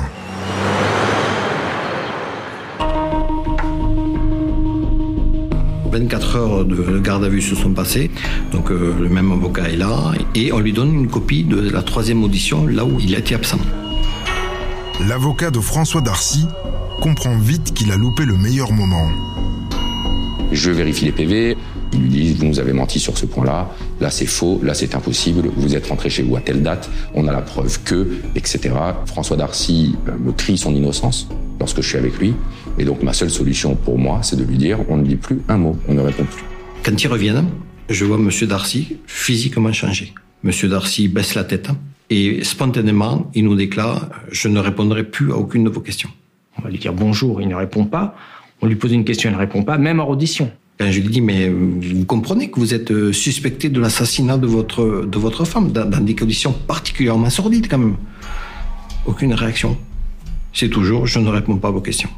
vingt-quatre heures de garde à vue se sont passées, donc euh, le même avocat est là, et on lui donne une copie de la troisième audition, là où il a été absent. L'avocat de François Darcy comprend vite qu'il a loupé le meilleur moment. Je vérifie les P V, ils lui disent « vous nous avez menti sur ce point-là, là c'est faux, là c'est impossible, vous êtes rentré chez vous à telle date, on a la preuve que, et cetera » François Darcy me crie son innocence lorsque je suis avec lui. Et donc ma seule solution pour moi, c'est de lui dire on ne dit plus un mot, on ne répond plus. Quand ils reviennent, je vois Monsieur Darcy physiquement changé. Monsieur Darcy baisse la tête et spontanément, il nous déclare « je ne répondrai plus à aucune de vos questions ». On va lui dire bonjour, il ne répond pas. On lui pose une question, il ne répond pas, même en audition. Quand je lui dis, mais vous comprenez que vous êtes suspecté de l'assassinat de votre, de votre femme, dans, dans des conditions particulièrement sordides quand même. Aucune réaction. C'est toujours, je ne réponds pas à vos questions.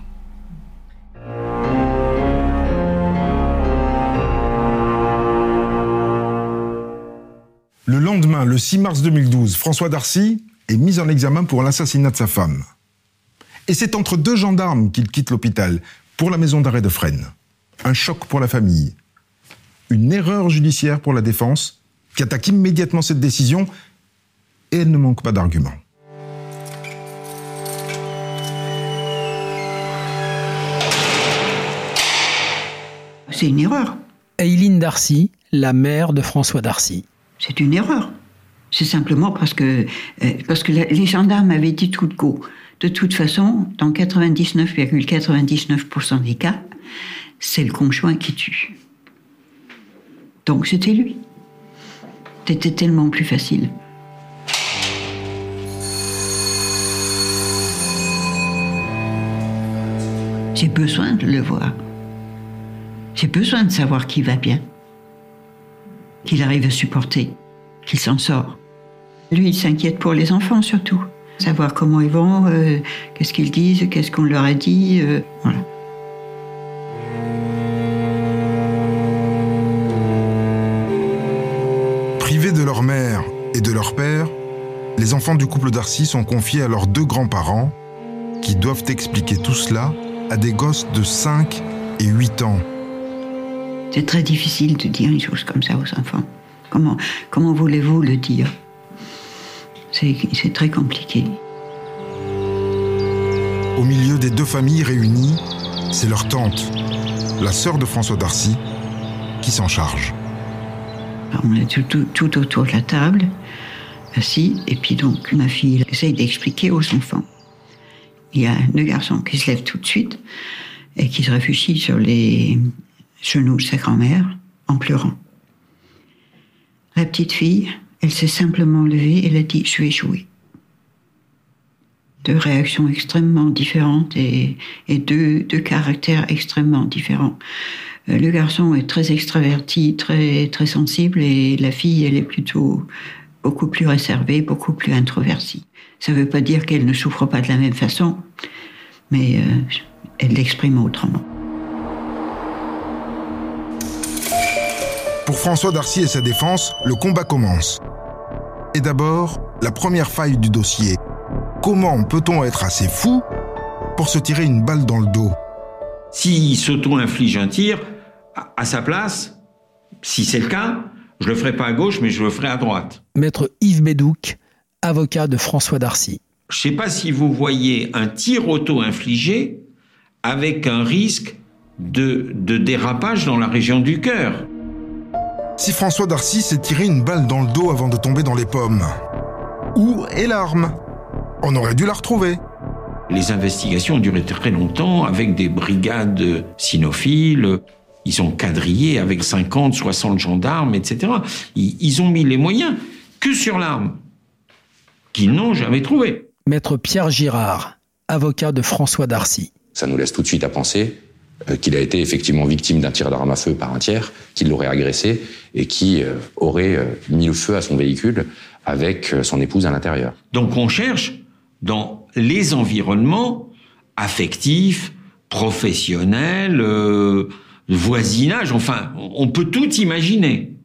Le lendemain, le six mars deux mille douze, François Darcy est mis en examen pour l'assassinat de sa femme. Et c'est entre deux gendarmes qu'il quitte l'hôpital pour la maison d'arrêt de Fresnes. Un choc pour la famille. Une erreur judiciaire pour la défense qui attaque immédiatement cette décision et elle ne manque pas d'arguments. C'est une erreur. Aileen Darcy, la mère de François Darcy. C'est une erreur. C'est simplement parce que, euh, parce que la, les gendarmes avaient dit tout de go. De toute façon, dans quatre-vingt-dix-neuf virgule quatre-vingt-dix-neuf pour cent des cas, c'est le conjoint qui tue. Donc c'était lui. C'était tellement plus facile. J'ai besoin de le voir. J'ai besoin de savoir qu'il va bien. Qu'il arrive à supporter, qu'il s'en sort. Lui, il s'inquiète pour les enfants surtout. Savoir comment ils vont, euh, qu'est-ce qu'ils disent, qu'est-ce qu'on leur a dit, euh, voilà. Privés de leur mère et de leur père, les enfants du couple Darcy sont confiés à leurs deux grands-parents qui doivent expliquer tout cela à des gosses de cinq et huit ans. C'est très difficile de dire une chose comme ça aux enfants. Comment, comment voulez-vous le dire ? C'est, c'est très compliqué. Au milieu des deux familles réunies, c'est leur tante, la sœur de François Darcy, qui s'en charge. Alors, on est tout, tout, tout autour de la table, assis, et puis donc ma fille essaye d'expliquer aux enfants. Il y a deux garçons qui se lèvent tout de suite et qui se réfugient sur les genoux de sa grand-mère en pleurant. La petite fille, elle s'est simplement levée, elle a dit « je vais jouer ». Deux réactions extrêmement différentes et, et deux, deux caractères extrêmement différents. Le garçon est très extraverti, très, très sensible, et la fille, elle est plutôt beaucoup plus réservée, beaucoup plus introvertie. Ça ne veut pas dire qu'elle ne souffre pas de la même façon, mais euh, elle l'exprime autrement. Pour François Darcy et sa défense, le combat commence. Et d'abord, la première faille du dossier. Comment peut-on être assez fou pour se tirer une balle dans le dos ? S'il s'auto-inflige un tir, à sa place, si c'est le cas, je le ferai pas à gauche, mais je le ferai à droite. Maître Yves Bédouc, avocat de François Darcy. Je sais pas si vous voyez un tir auto-infligé avec un risque de, de dérapage dans la région du cœur. Si François Darcy s'est tiré une balle dans le dos avant de tomber dans les pommes, où est l'arme ? On aurait dû la retrouver. Les investigations ont duré très longtemps avec des brigades cynophiles. Ils ont quadrillé avec cinquante, soixante gendarmes, et cetera. Ils, ils ont mis les moyens que sur l'arme, qu'ils n'ont jamais trouvée. Maître Pierre Girard, avocat de François Darcy. Ça nous laisse tout de suite à penser euh, qu'il a été effectivement victime d'un tir d'arme à feu par un tiers, qu'il l'aurait agressé et qui euh, aurait euh, mis le feu à son véhicule avec euh, son épouse à l'intérieur. Donc on cherche dans les environnements affectifs, professionnels, euh, voisinage, enfin, on peut tout imaginer.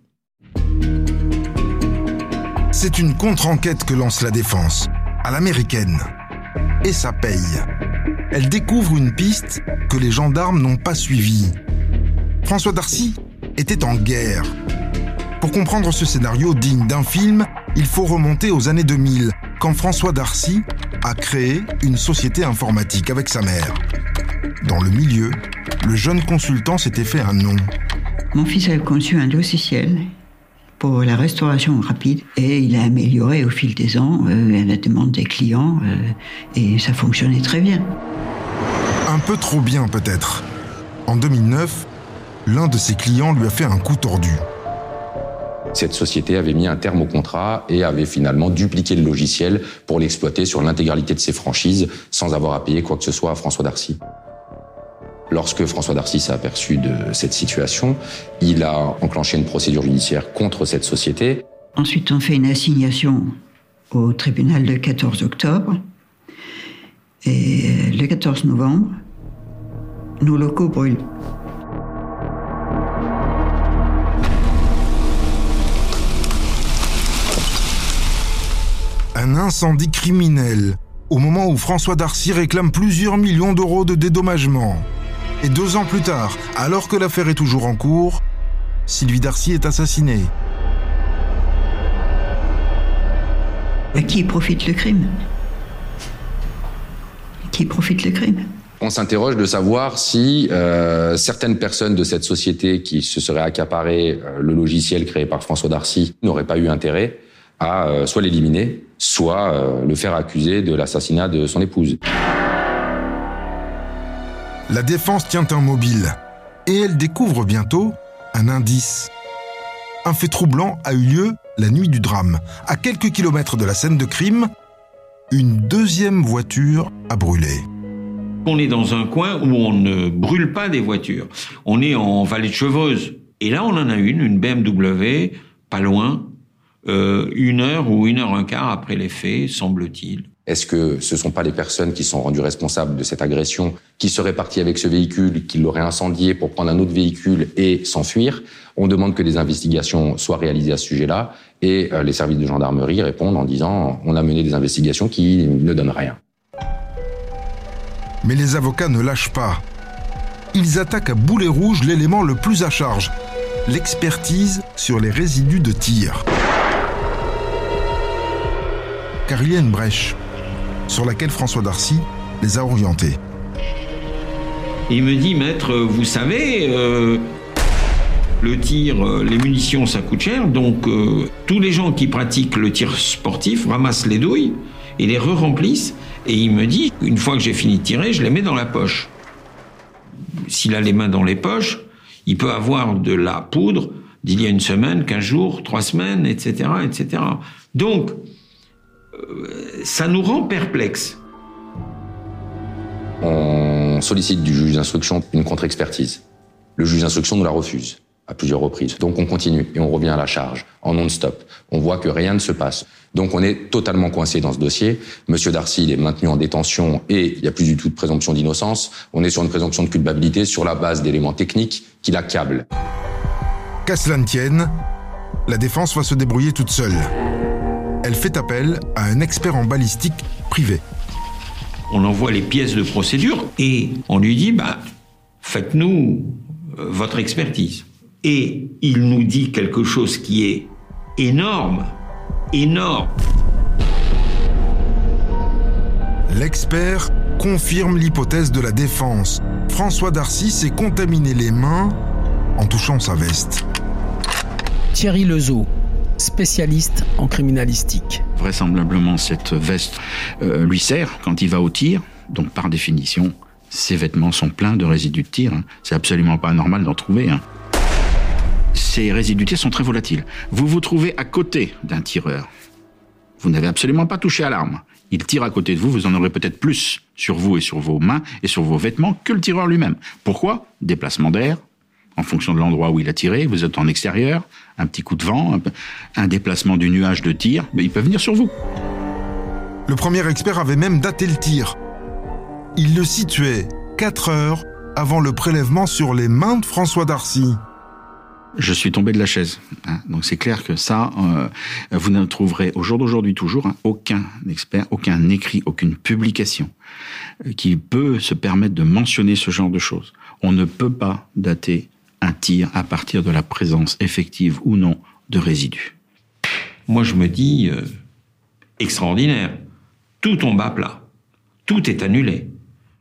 C'est une contre-enquête que lance la défense, à l'américaine. Et ça paye. Elle découvre une piste que les gendarmes n'ont pas suivie. François Darcy était en guerre. Pour comprendre ce scénario digne d'un film, il faut remonter aux années deux mille, quand François Darcy a créé une société informatique avec sa mère. Dans le milieu, le jeune consultant s'était fait un nom. Mon fils a conçu un logiciel pour la restauration rapide et il a amélioré au fil des ans euh, à la demande des clients euh, et ça fonctionnait très bien. Un peu trop bien peut-être. En deux mille neuf, l'un de ses clients lui a fait un coup tordu. Cette société avait mis un terme au contrat et avait finalement dupliqué le logiciel pour l'exploiter sur l'intégralité de ses franchises sans avoir à payer quoi que ce soit à François Darcy. Lorsque François Darcy s'est aperçu de cette situation, il a enclenché une procédure judiciaire contre cette société. Ensuite, on fait une assignation au tribunal le quatorze octobre. Et le quatorze novembre, nos locaux brûlent. Un incendie criminel, au moment où François Darcy réclame plusieurs millions d'euros de dédommagement. Et deux ans plus tard, alors que l'affaire est toujours en cours, Sylvie Darcy est assassinée. À qui profite le crime ? À qui profite le crime ? On s'interroge de savoir si euh, certaines personnes de cette société qui se seraient accaparées euh, le logiciel créé par François Darcy n'auraient pas eu intérêt à euh, soit l'éliminer, soit euh, le faire accuser de l'assassinat de son épouse. La défense tient un mobile et elle découvre bientôt un indice. Un fait troublant a eu lieu la nuit du drame. À quelques kilomètres de la scène de crime, une deuxième voiture a brûlé. On est dans un coin où on ne brûle pas des voitures. On est en vallée de Chevreuse. Et là, on en a une, une B M W, pas loin, euh, une heure ou une heure un quart après les faits, semble-t-il. Est-ce que ce ne sont pas les personnes qui sont rendues responsables de cette agression, qui seraient parties avec ce véhicule, qui l'auraient incendié pour prendre un autre véhicule et s'enfuir ? On demande que des investigations soient réalisées à ce sujet-là et euh, les services de gendarmerie répondent en disant « on a mené des investigations qui ne donnent rien ». Mais les avocats ne lâchent pas. Ils attaquent à boulet rouge l'élément le plus à charge, l'expertise sur les résidus de tir. Car il y a une brèche sur laquelle François Darcy les a orientés. Et il me dit, maître, vous savez, euh, le tir, euh, les munitions, ça coûte cher, donc euh, tous les gens qui pratiquent le tir sportif ramassent les douilles et les re-remplissent. Et il me dit, une fois que j'ai fini de tirer, je les mets dans la poche. S'il a les mains dans les poches, il peut avoir de la poudre d'il y a une semaine, quinze jours, trois semaines, et cetera, et cetera. Donc, euh, ça nous rend perplexes. On sollicite du juge d'instruction une contre-expertise. Le juge d'instruction nous la refuse à plusieurs reprises. Donc on continue et on revient à la charge, en non-stop. On voit que rien ne se passe. Donc on est totalement coincé dans ce dossier. Monsieur Darcy, il est maintenu en détention et il n'y a plus du tout de présomption d'innocence. On est sur une présomption de culpabilité sur la base d'éléments techniques qui l'accablent. Qu'à cela ne tienne, la défense va se débrouiller toute seule. Elle fait appel à un expert en balistique privé. On envoie les pièces de procédure et on lui dit, bah, faites-nous euh, votre expertise. Et il nous dit quelque chose qui est énorme, énorme. L'expert confirme l'hypothèse de la défense. François Darcy s'est contaminé les mains en touchant sa veste. Thierry Lezeau, spécialiste en criminalistique. Vraisemblablement, cette veste euh, lui sert quand il va au tir. Donc, par définition, ses vêtements sont pleins de résidus de tir. Hein. C'est absolument pas anormal d'en trouver. Hein. Ces résidus de tir sont très volatiles. Vous vous trouvez à côté d'un tireur. Vous n'avez absolument pas touché à l'arme. Il tire à côté de vous, vous en aurez peut-être plus sur vous et sur vos mains et sur vos vêtements que le tireur lui-même. Pourquoi ? Déplacement d'air, en fonction de l'endroit où il a tiré, vous êtes en extérieur, un petit coup de vent, un, un déplacement du nuage de tir, mais il peut venir sur vous. Le premier expert avait même daté le tir. Il le situait quatre heures avant le prélèvement sur les mains de François Darcy. Je suis tombé de la chaise. Hein. Donc c'est clair que ça, euh, vous ne trouverez au jour d'aujourd'hui toujours hein, aucun expert, aucun écrit, aucune publication euh, qui peut se permettre de mentionner ce genre de choses. On ne peut pas dater un tir à partir de la présence effective ou non de résidus. Moi je me dis, euh, extraordinaire, tout tombe à plat, tout est annulé.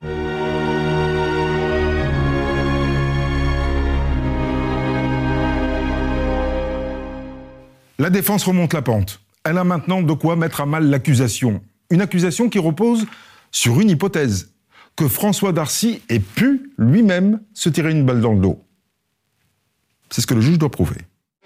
La défense remonte la pente. Elle a maintenant de quoi mettre à mal l'accusation. Une accusation qui repose sur une hypothèse, que François Darcy ait pu lui-même se tirer une balle dans le dos. C'est ce que le juge doit prouver.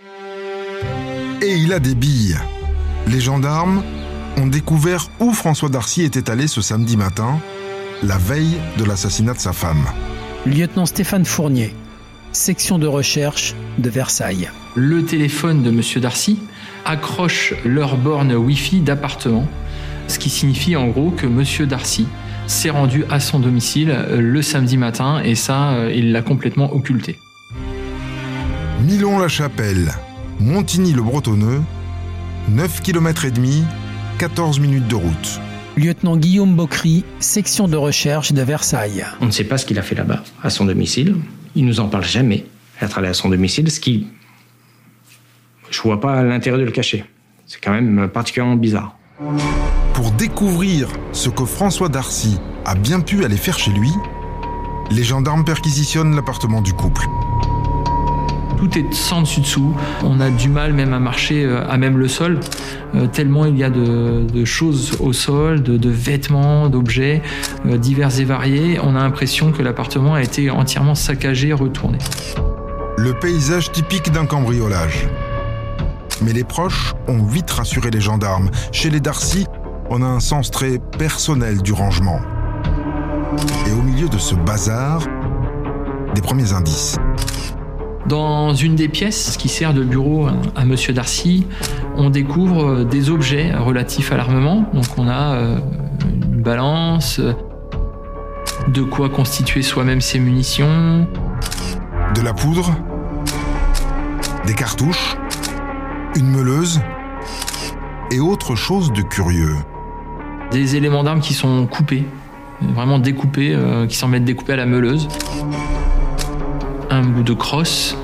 Et il a des billes. Les gendarmes ont découvert où François Darcy était allé ce samedi matin, la veille de l'assassinat de sa femme. Lieutenant Stéphane Fournier, section de recherche de Versailles. Le téléphone de M. Darcy accroche leur borne Wi-Fi d'appartement, ce qui signifie en gros que M. Darcy s'est rendu à son domicile le samedi matin et ça, il l'a complètement occulté. Milon-la-Chapelle, Montigny-le-Bretonneux, neuf kilomètres et demi, quatorze minutes de route. Lieutenant Guillaume Bocry, section de recherche de Versailles. On ne sait pas ce qu'il a fait là-bas, à son domicile. Il nous en parle jamais, être allé à son domicile, ce qui... Je vois pas l'intérêt de le cacher. C'est quand même particulièrement bizarre. Pour découvrir ce que François Darcy a bien pu aller faire chez lui, les gendarmes perquisitionnent l'appartement du couple. Tout est sans dessus-dessous. On a du mal même à marcher à même le sol, euh, tellement il y a de, de choses au sol, de, de vêtements, d'objets euh, divers et variés. On a l'impression que l'appartement a été entièrement saccagé, retourné. Le paysage typique d'un cambriolage. Mais les proches ont vite rassuré les gendarmes. Chez les Darcy, on a un sens très personnel du rangement. Et au milieu de ce bazar, des premiers indices. Dans une des pièces qui sert de bureau à M. Darcy, on découvre des objets relatifs à l'armement. Donc on a une balance, de quoi constituer soi-même ses munitions. De la poudre, des cartouches, une meuleuse et autre chose de curieux. Des éléments d'armes qui sont coupés, vraiment découpés, euh, qui semblent être découpés à la meuleuse. Un bout de crosse,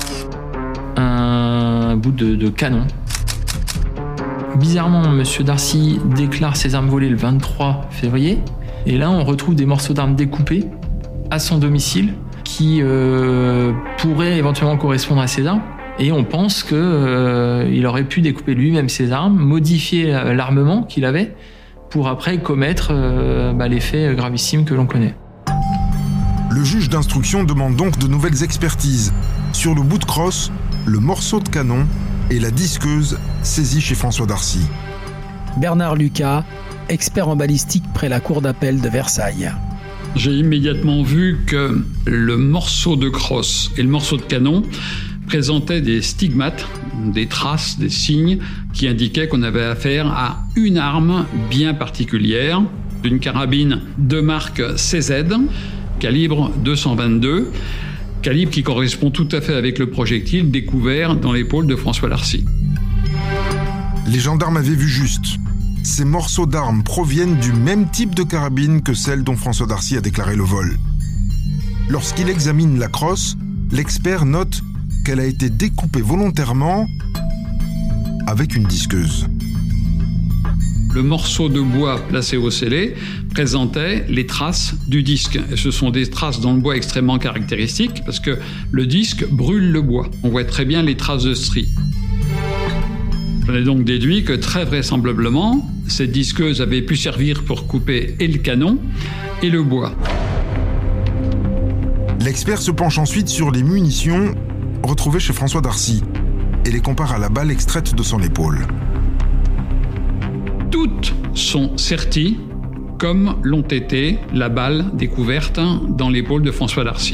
un bout de, de canon. Bizarrement, M. Darcy déclare ses armes volées le vingt-trois février. Et là, on retrouve des morceaux d'armes découpés à son domicile qui euh, pourrait éventuellement correspondre à ces armes. Et on pense qu'il euh, aurait pu découper lui-même ses armes, modifier l'armement qu'il avait pour après commettre euh, bah, les faits gravissimes que l'on connaît. Le juge d'instruction demande donc de nouvelles expertises sur le bout de crosse, le morceau de canon et la disqueuse saisie chez François Darcy. Bernard Lucas, expert en balistique près la cour d'appel de Versailles. J'ai immédiatement vu que le morceau de crosse et le morceau de canon présentaient des stigmates, des traces, des signes qui indiquaient qu'on avait affaire à une arme bien particulière, une carabine de marque C Z, calibre deux cent vingt-deux, calibre qui correspond tout à fait avec le projectile découvert dans l'épaule de François Darcy. Les gendarmes avaient vu juste. Ces morceaux d'armes proviennent du même type de carabine que celle dont François Darcy a déclaré le vol. Lorsqu'il examine la crosse, l'expert note qu'elle a été découpée volontairement avec une disqueuse. Le morceau de bois placé au scellé présentait les traces du disque. Et ce sont des traces dans le bois extrêmement caractéristiques parce que le disque brûle le bois. On voit très bien les traces de stries. J'en ai donc déduit que très vraisemblablement, cette disqueuse avait pu servir pour couper et le canon et le bois. L'expert se penche ensuite sur les munitions retrouvées chez François Darcy et les compare à la balle extraite de son épaule. Toutes sont serties comme l'ont été la balle découverte dans l'épaule de François Darcy.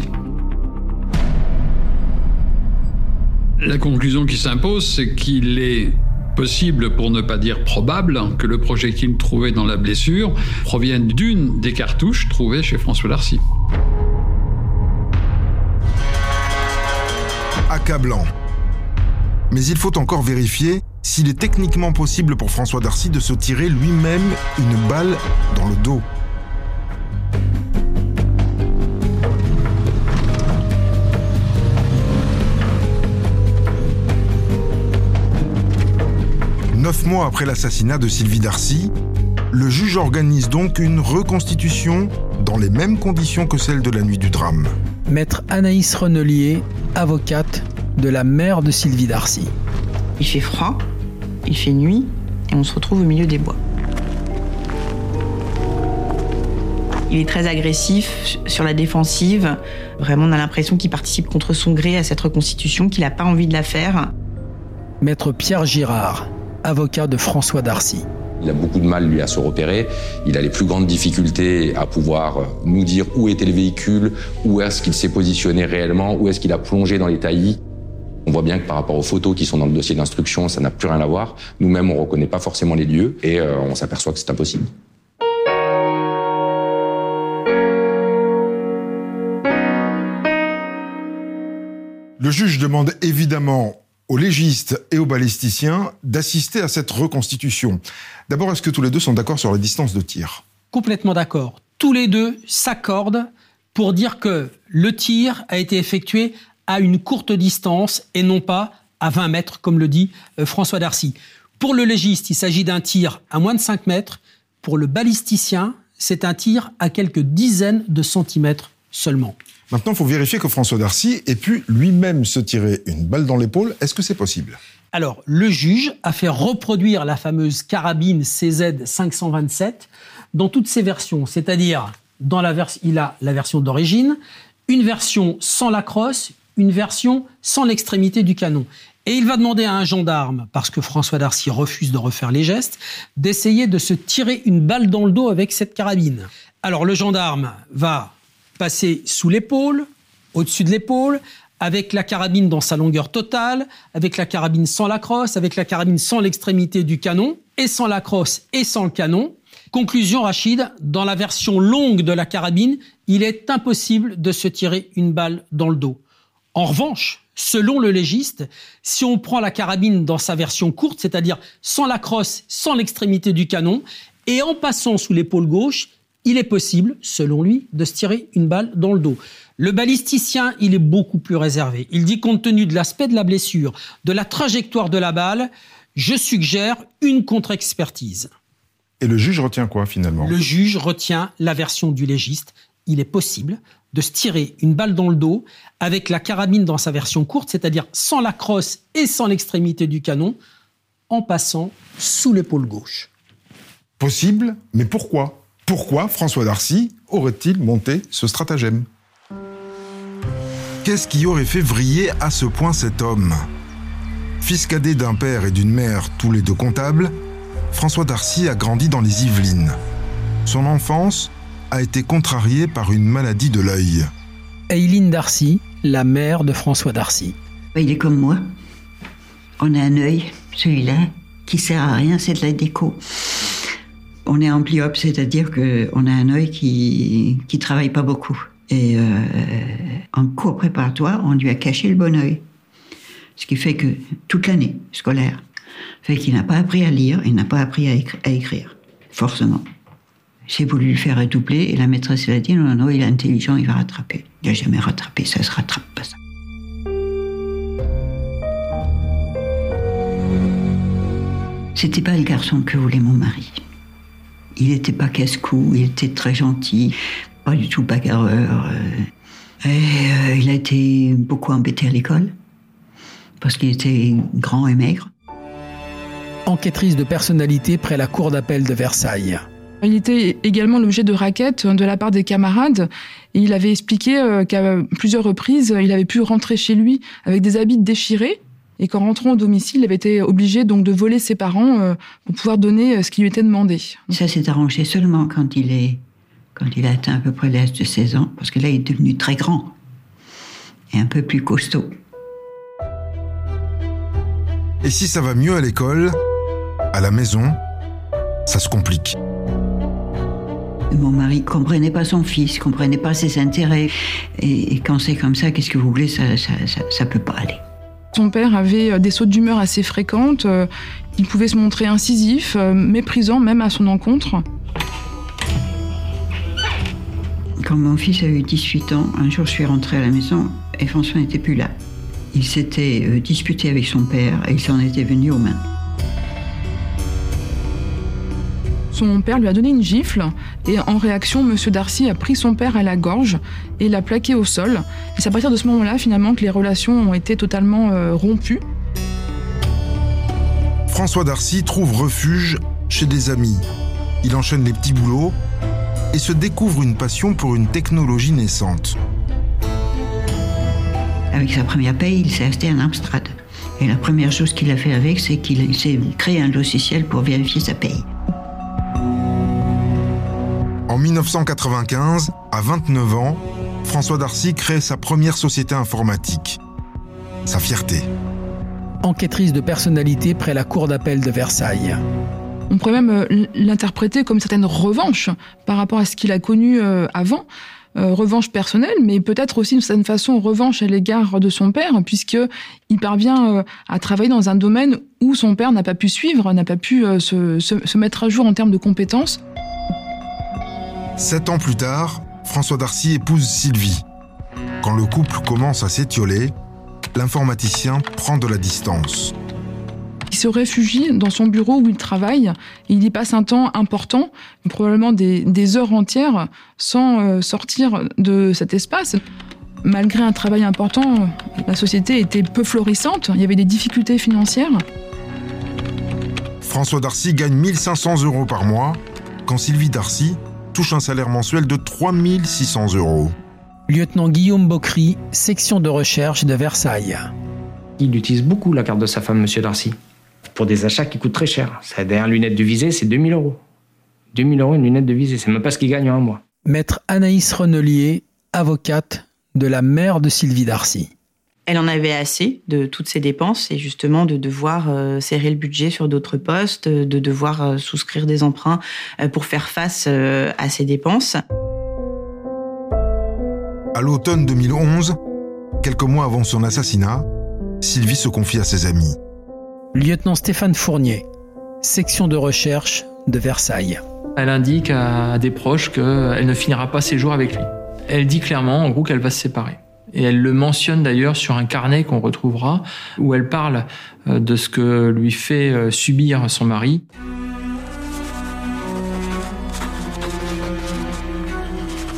La conclusion qui s'impose, c'est qu'il est possible, pour ne pas dire probable, que le projectile trouvé dans la blessure provienne d'une des cartouches trouvées chez François Darcy. Accablant. Mais il faut encore vérifier s'il est techniquement possible pour François Darcy de se tirer lui-même une balle dans le dos. Neuf mois après l'assassinat de Sylvie Darcy, le juge organise donc une reconstitution dans les mêmes conditions que celle de la nuit du drame. Maître Anaïs Renelier, avocate de la mère de Sylvie Darcy. Il fait froid, il fait nuit, et on se retrouve au milieu des bois. Il est très agressif, sur la défensive. Vraiment, on a l'impression qu'il participe contre son gré à cette reconstitution, qu'il n'a pas envie de la faire. Maître Pierre Girard, avocat de François Darcy. Il a beaucoup de mal, lui, à se repérer. Il a les plus grandes difficultés à pouvoir nous dire où était le véhicule, où est-ce qu'il s'est positionné réellement, où est-ce qu'il a plongé dans les taillis. On voit bien que par rapport aux photos qui sont dans le dossier d'instruction, ça n'a plus rien à voir. Nous-mêmes, on ne reconnaît pas forcément les lieux et euh, on s'aperçoit que c'est impossible. Le juge demande évidemment aux légistes et aux balisticiens d'assister à cette reconstitution. D'abord, est-ce que tous les deux sont d'accord sur la distance de tir ? Complètement d'accord. Tous les deux s'accordent pour dire que le tir a été effectué à une courte distance et non pas à vingt mètres, comme le dit euh, François Darcy. Pour le légiste, il s'agit d'un tir à moins de cinq mètres. Pour le balisticien, c'est un tir à quelques dizaines de centimètres seulement. Maintenant, il faut vérifier que François Darcy ait pu lui-même se tirer une balle dans l'épaule. Est-ce que c'est possible ? Alors, le juge a fait reproduire la fameuse carabine C Z cinq cent vingt-sept dans toutes ses versions. C'est-à-dire, dans la vers- il a la version d'origine, une version sans la crosse, une version sans l'extrémité du canon. Et il va demander à un gendarme, parce que François Darcy refuse de refaire les gestes, d'essayer de se tirer une balle dans le dos avec cette carabine. Alors, le gendarme va passer sous l'épaule, au-dessus de l'épaule, avec la carabine dans sa longueur totale, avec la carabine sans la crosse, avec la carabine sans l'extrémité du canon, et sans la crosse et sans le canon. Conclusion, Rachid, dans la version longue de la carabine, il est impossible de se tirer une balle dans le dos. En revanche, selon le légiste, si on prend la carabine dans sa version courte, c'est-à-dire sans la crosse, sans l'extrémité du canon, et en passant sous l'épaule gauche, il est possible, selon lui, de se tirer une balle dans le dos. Le balisticien, il est beaucoup plus réservé. Il dit, compte tenu de l'aspect de la blessure, de la trajectoire de la balle, je suggère une contre-expertise. Et le juge retient quoi, finalement ? Le juge retient la version du légiste il est possible de se tirer une balle dans le dos avec la carabine dans sa version courte, c'est-à-dire sans la crosse et sans l'extrémité du canon, en passant sous l'épaule gauche. Possible, mais pourquoi ? Pourquoi François Darcy aurait-il monté ce stratagème ? Qu'est-ce qui aurait fait vriller à ce point cet homme ? Fils cadet d'un père et d'une mère, tous les deux comptables, François Darcy a grandi dans les Yvelines. Son enfance a été contrariée par une maladie de l'œil. Aileen Darcy, la mère de François Darcy. Il est comme moi. On a un œil, celui-là, qui sert à rien, c'est de la déco. On est amblyope, c'est-à-dire qu'on a un œil qui qui travaille pas beaucoup. Et euh, en cours préparatoire, on lui a caché le bon œil. Ce qui fait que toute l'année scolaire, fait qu'il n'a pas appris à lire, il n'a pas appris à, écri- à écrire, forcément. J'ai voulu lui faire redoubler et la maîtresse lui a dit non, non, non, il est intelligent, il va rattraper. Il n'a jamais rattrapé, ça se rattrape pas ça. C'était pas le garçon que voulait mon mari. Il était pas casse-cou, il était très gentil, pas du tout bagarreur. Et euh, il a été beaucoup embêté à l'école, parce qu'il était grand et maigre. Enquêtrice de personnalité près la cour d'appel de Versailles. Il était également l'objet de raquettes de la part des camarades. Et il avait expliqué qu'à plusieurs reprises, il avait pu rentrer chez lui avec des habits déchirés. Et qu'en rentrant au domicile, il avait été obligé donc de voler ses parents pour pouvoir donner ce qui lui était demandé. Ça s'est arrangé seulement quand il, est, quand il a atteint à peu près l'âge de seize ans, parce que là, il est devenu très grand et un peu plus costaud. Et si ça va mieux à l'école, à la maison, ça se complique. Mon mari comprenait pas son fils, comprenait pas ses intérêts. Et, et quand c'est comme ça, qu'est-ce que vous voulez, ça, ça, ça, ça peut pas aller. Son père avait des sautes d'humeur assez fréquentes. Il pouvait se montrer incisif, méprisant même à son encontre. Quand mon fils a eu dix-huit ans, un jour je suis rentrée à la maison et François n'était plus là. Il s'était disputé avec son père et il s'en était venu aux mains. Son père lui a donné une gifle et en réaction, Monsieur Darcy a pris son père à la gorge et l'a plaqué au sol. Et c'est à partir de ce moment-là, finalement, que les relations ont été totalement euh, rompues. François Darcy trouve refuge chez des amis. Il enchaîne les petits boulots et se découvre une passion pour une technologie naissante. Avec sa première paye, il s'est acheté un Amstrad. Et la première chose qu'il a fait avec, c'est qu'il s'est créé un logiciel pour vérifier sa paye. En dix-neuf cent quatre-vingt-quinze, à vingt-neuf ans, François Darcy crée sa première société informatique. Sa fierté. Enquêtrice de personnalité près la cour d'appel de Versailles. On pourrait même l'interpréter comme une certaine revanche par rapport à ce qu'il a connu avant. Euh, revanche personnelle, mais peut-être aussi d'une certaine façon revanche à l'égard de son père, puisqu'il parvient euh, à travailler dans un domaine où son père n'a pas pu suivre, n'a pas pu euh, se, se, se mettre à jour en termes de compétences. Sept ans plus tard, François Darcy épouse Sylvie. Quand le couple commence à s'étioler, l'informaticien prend de la distance. Il se réfugie dans son bureau où il travaille et il y passe un temps important, probablement des, des heures entières, sans euh, sortir de cet espace. Malgré un travail important, la société était peu florissante, il y avait des difficultés financières. François Darcy gagne mille cinq cents euros par mois, quand Sylvie Darcy touche un salaire mensuel de trois mille six cents euros. Lieutenant Guillaume Bocry, section de recherche de Versailles. Il utilise beaucoup la carte de sa femme, Monsieur Darcy, pour des achats qui coûtent très cher. Sa dernière lunette de visée, c'est deux mille euros. deux mille euros une lunette de visée, c'est même pas ce qu'il gagne en un mois. Maître Anaïs Renelier, avocate de la mère de Sylvie Darcy. Elle en avait assez de toutes ces dépenses et justement de devoir euh, serrer le budget sur d'autres postes, de devoir euh, souscrire des emprunts euh, pour faire face euh, à ces dépenses. À l'automne deux mille onze, quelques mois avant son assassinat, Sylvie se confie à ses amis. Lieutenant Stéphane Fournier, section de recherche de Versailles. Elle indique à des proches qu'elle ne finira pas ses jours avec lui. Elle dit clairement, en gros, qu'elle va se séparer. Et elle le mentionne d'ailleurs sur un carnet qu'on retrouvera, où elle parle de ce que lui fait subir son mari.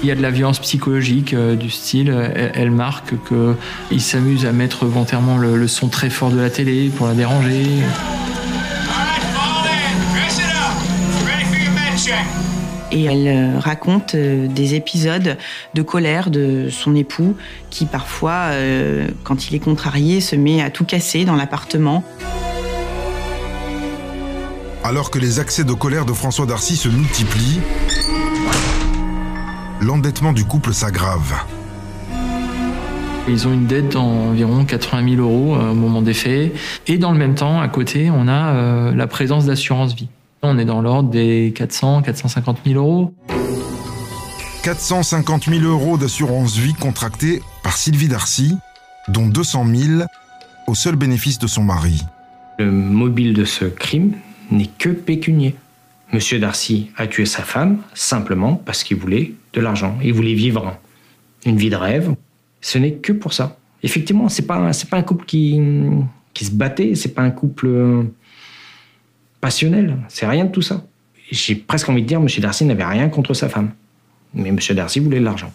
Il y a de la violence psychologique euh, du style, elle, elle marque qu'il s'amuse à mettre volontairement le, le son très fort de la télé pour la déranger. Et elle raconte des épisodes de colère de son époux qui parfois, euh, quand il est contrarié, se met à tout casser dans l'appartement. Alors que les accès de colère de François Darcy se multiplient, l'endettement du couple s'aggrave. Ils ont une dette d'environ quatre-vingt mille euros au moment des faits. Et dans le même temps, à côté, on a euh, la présence d'assurance vie. On est dans l'ordre des quatre cents à quatre cent cinquante mille euros. quatre cent cinquante mille euros d'assurance vie contractée par Sylvie Darcy, dont deux cent mille au seul bénéfice de son mari. Le mobile de ce crime n'est que pécunier. Monsieur Darcy a tué sa femme simplement parce qu'il voulait de l'argent. Il voulait vivre une vie de rêve. Ce n'est que pour ça. Effectivement, c'est pas, c'est pas un couple qui, qui se battait, c'est pas un couple passionnel, c'est rien de tout ça. J'ai presque envie de dire, monsieur Darcy n'avait rien contre sa femme. Mais monsieur Darcy voulait de l'argent.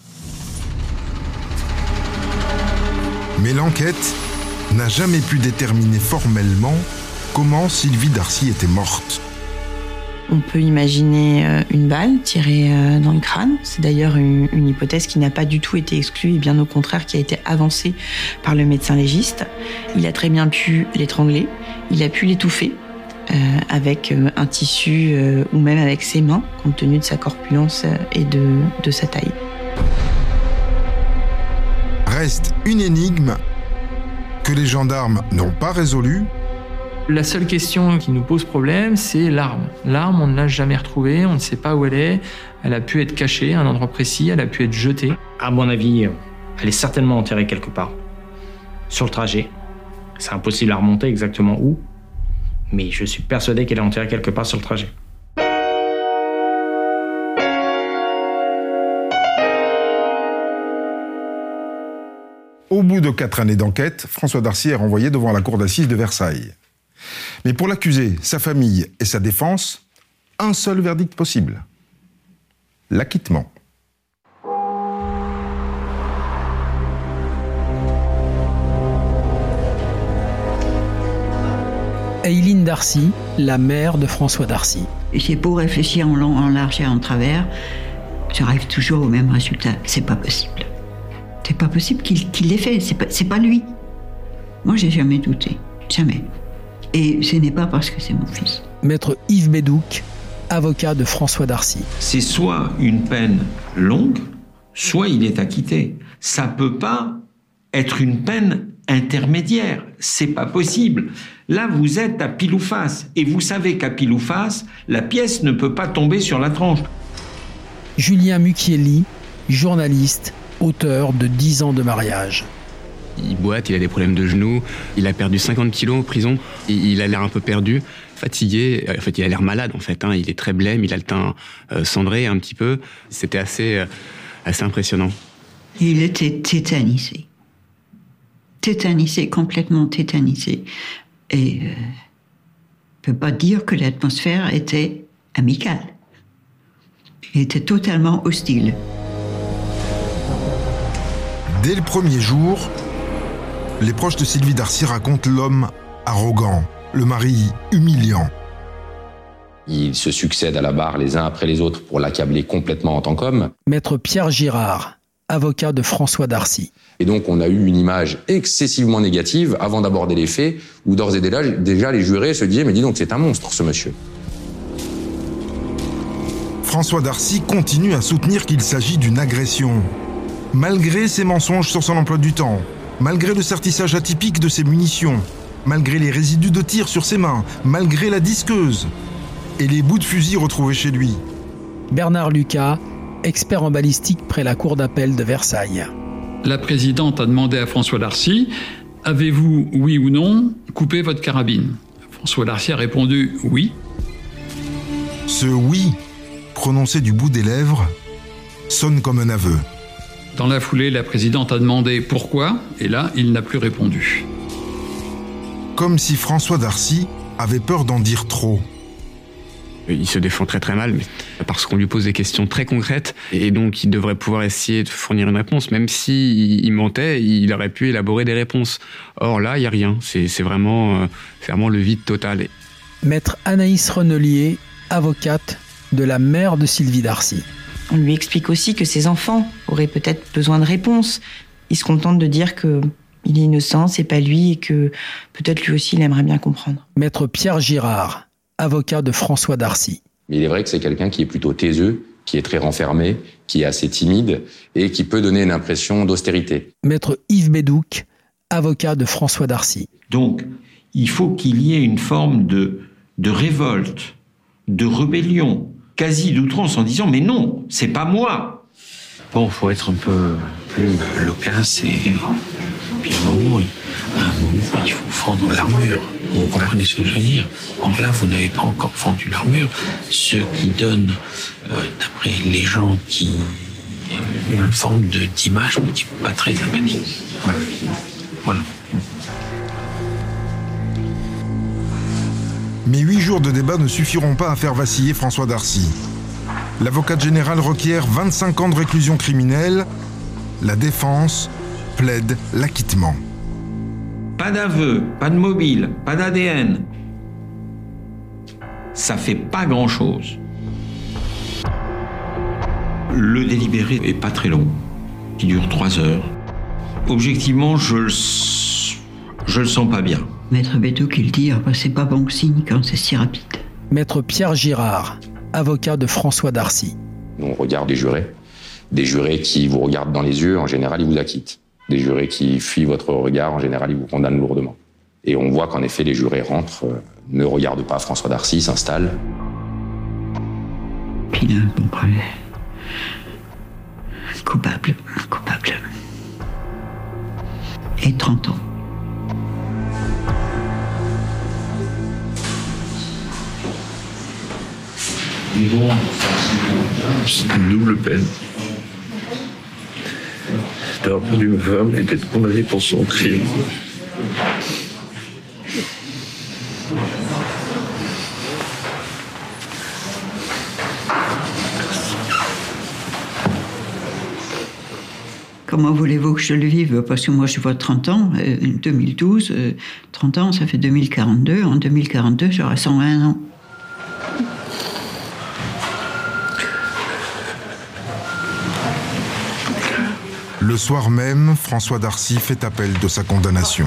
Mais l'enquête n'a jamais pu déterminer formellement comment Sylvie Darcy était morte. On peut imaginer une balle tirée dans le crâne. C'est d'ailleurs une, une hypothèse qui n'a pas du tout été exclue et bien au contraire qui a été avancée par le médecin légiste. Il a très bien pu l'étrangler, il a pu l'étouffer euh, avec euh, un tissu euh, ou même avec ses mains, compte tenu de sa corpulence et de, de sa taille. Reste une énigme que les gendarmes n'ont pas résolue. La seule question qui nous pose problème, c'est l'arme. L'arme, on ne l'a jamais retrouvée, on ne sait pas où elle est. Elle a pu être cachée à un endroit précis, elle a pu être jetée. À mon avis, elle est certainement enterrée quelque part. Sur le trajet. C'est impossible à remonter exactement où, mais je suis persuadé qu'elle est enterrée quelque part sur le trajet. Au bout de quatre années d'enquête, François Darcy est renvoyé devant la cour d'assises de Versailles. Mais pour l'accusé, sa famille et sa défense, un seul verdict possible. L'acquittement. Aileen Darcy, la mère de François Darcy. J'ai beau réfléchir en long, en large et en travers, j'arrive toujours au même résultat. C'est pas possible. C'est pas possible qu'il, qu'il l'ait fait. C'est pas, c'est pas lui. Moi, j'ai jamais douté. Jamais. Et ce n'est pas parce que c'est mon fils. Maître Yves Bédouc, avocat de François Darcy. C'est soit une peine longue, soit il est acquitté. Ça peut pas être une peine intermédiaire. C'est pas possible. Là, vous êtes à pile ou face. Et vous savez qu'à pile ou face, la pièce ne peut pas tomber sur la tranche. Julien Mucchielli, journaliste, auteur de dix ans de mariage. Il boite, il a des problèmes de genoux, il a perdu cinquante kilos en prison, il a l'air un peu perdu, fatigué, en fait il a l'air malade en fait, hein. Il est très blême, il a le teint euh, cendré un petit peu, c'était assez, euh, assez impressionnant. Il était tétanisé, tétanisé, complètement tétanisé. Et euh, on ne peut pas dire que l'atmosphère était amicale. Il était totalement hostile. Dès le premier jour, les proches de Sylvie Darcy racontent l'homme arrogant, le mari humiliant. Ils se succèdent à la barre les uns après les autres pour l'accabler complètement en tant qu'homme. Maître Pierre Girard, avocat de François Darcy. Et donc on a eu une image excessivement négative avant d'aborder les faits, où d'ores et déjà, déjà les jurés se disaient « mais dis donc, c'est un monstre ce monsieur ». François Darcy continue à soutenir qu'il s'agit d'une agression. Malgré ses mensonges sur son emploi du temps, malgré le sertissage atypique de ses munitions, malgré les résidus de tir sur ses mains, malgré la disqueuse et les bouts de fusil retrouvés chez lui. Bernard Lucas, expert en balistique près la cour d'appel de Versailles. La présidente a demandé à François Darcy « Avez-vous, oui ou non, coupé votre carabine ?» François Darcy a répondu « Oui ». Ce « oui », prononcé du bout des lèvres, sonne comme un aveu. Dans la foulée, la présidente a demandé pourquoi, et là, il n'a plus répondu. Comme si François Darcy avait peur d'en dire trop. Il se défend très très mal, mais parce qu'on lui pose des questions très concrètes, et donc il devrait pouvoir essayer de fournir une réponse. Même s'il mentait, il aurait pu élaborer des réponses. Or là, il n'y a rien. C'est, c'est, vraiment, c'est vraiment le vide total. Maître Anaïs Renelier, avocate de la mère de Sylvie Darcy. On lui explique aussi que ses enfants auraient peut-être besoin de réponses. Il se contente de dire que il est innocent, c'est pas lui, et que peut-être lui aussi il aimerait bien comprendre. Maître Pierre Girard, avocat de François Darcy. Mais il est vrai que c'est quelqu'un qui est plutôt taiseux, qui est très renfermé, qui est assez timide et qui peut donner une impression d'austérité. Maître Yves Bédouc, avocat de François Darcy. Donc, il faut qu'il y ait une forme de, de révolte, de rébellion, quasi d'outrance, en disant « mais non, c'est pas moi ». Bon, faut être un peu plus loquace et puis à un moment, à un moment, il faut fendre l'armure. Vous comprenez ce que je veux dire? Or là, vous n'avez pas encore fendu l'armure, ce qui donne, euh, d'après les gens qui une forme de, d'image, mais qui n'est pas très sympathique. Voilà. voilà. Mais huit jours de débat ne suffiront pas à faire vaciller François Darcy. L'avocate générale requiert vingt-cinq ans de réclusion criminelle. La défense plaide l'acquittement. Pas d'aveu, pas de mobile, pas d'A D N. Ça fait pas grand-chose. Le délibéré est pas très long, qui dure trois heures. Objectivement, je le, je le sens pas bien. Maître Bédouc, il dit, bah, c'est pas bon signe quand c'est si rapide. Maître Pierre Girard, avocat de François Darcy. On regarde des jurés. Des jurés qui vous regardent dans les yeux, en général, ils vous acquittent. Des jurés qui fuient votre regard, en général, ils vous condamnent lourdement. Et on voit qu'en effet, les jurés rentrent, euh, ne regardent pas François Darcy, s'installent. Puis là, bon, problème. Coupable, coupable. Et trente ans. Bon, c'est une double peine. D'avoir perdu ma femme et d'être condamné pour son crime. Comment voulez-vous que je le vive? Parce que moi, je vois trente ans, euh, deux mille douze, euh, trente ans, ça fait deux mille quarante-deux. En deux mille quarante-deux, j'aurai cent un ans. Le soir même, François Darcy fait appel de sa condamnation.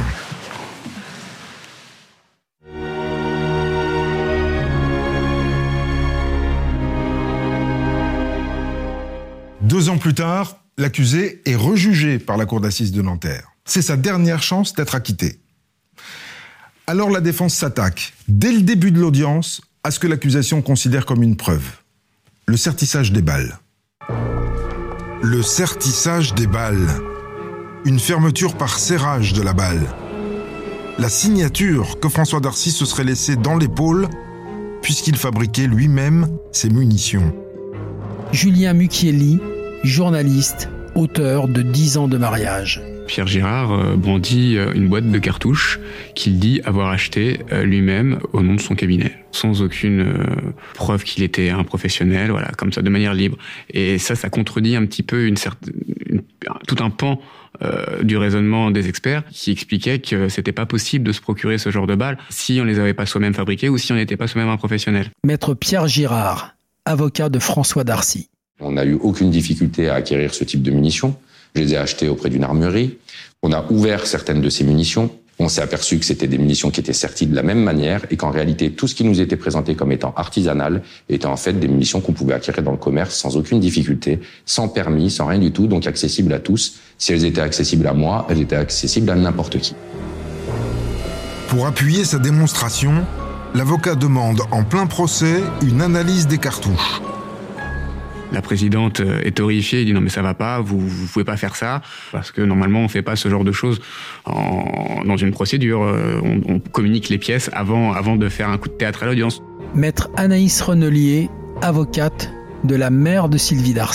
Deux ans plus tard, l'accusé est rejugé par la cour d'assises de Nanterre. C'est sa dernière chance d'être acquitté. Alors la défense s'attaque, dès le début de l'audience, à ce que l'accusation considère comme une preuve. Le sertissage des balles. Le sertissage des balles. Une fermeture par serrage de la balle. La signature que François Darcy se serait laissée dans l'épaule, puisqu'il fabriquait lui-même ses munitions. Julien Mucchielli, journaliste, auteur de dix ans de mariage. Pierre Girard brandit une boîte de cartouches qu'il dit avoir acheté lui-même au nom de son cabinet, sans aucune preuve qu'il était un professionnel, voilà, comme ça, de manière libre. Et ça, ça contredit un petit peu une certaine, une, tout un pan euh, du raisonnement des experts qui expliquait que c'était pas possible de se procurer ce genre de balles si on les avait pas soi-même fabriquées ou si on n'était pas soi-même un professionnel. Maître Pierre Girard, avocat de François Darcy. On n'a eu aucune difficulté à acquérir ce type de munitions. Je les ai achetées auprès d'une armurerie. On a ouvert certaines de ces munitions. On s'est aperçu que c'était des munitions qui étaient serties de la même manière et qu'en réalité, tout ce qui nous était présenté comme étant artisanal était en fait des munitions qu'on pouvait acquérir dans le commerce sans aucune difficulté, sans permis, sans rien du tout, donc accessibles à tous. Si elles étaient accessibles à moi, elles étaient accessibles à n'importe qui. Pour appuyer sa démonstration, l'avocat demande en plein procès une analyse des cartouches. La présidente est horrifiée, elle dit non mais ça va pas, vous vous pouvez pas faire ça, parce que normalement on fait pas ce genre de choses en, dans une procédure, on, on communique les pièces avant, avant de faire un coup de théâtre à l'audience. Maître Anaïs Renelier, avocate de la mère de Sylvie Darcy.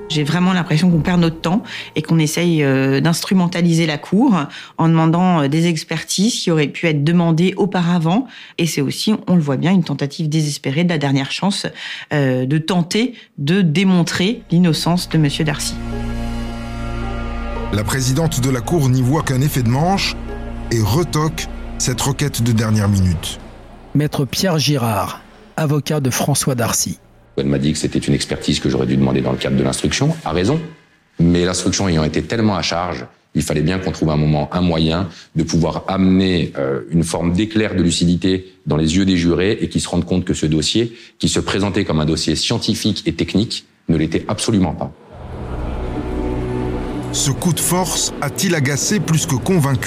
J'ai vraiment l'impression qu'on perd notre temps et qu'on essaye euh, d'instrumentaliser la cour en demandant euh, des expertises qui auraient pu être demandées auparavant. Et c'est aussi, on le voit bien, une tentative désespérée de la dernière chance euh, de tenter de démontrer l'innocence de Monsieur Darcy. La présidente de la cour n'y voit qu'un effet de manche et retoque cette requête de dernière minute. Maître Pierre Girard, avocat de François Darcy. Elle m'a dit que c'était une expertise que j'aurais dû demander dans le cadre de l'instruction, a raison. Mais l'instruction ayant été tellement à charge, il fallait bien qu'on trouve un moment, un moyen de pouvoir amener euh, une forme d'éclair de lucidité dans les yeux des jurés et qu'ils se rendent compte que ce dossier, qui se présentait comme un dossier scientifique et technique, ne l'était absolument pas. Ce coup de force a-t-il agacé plus que convaincu ?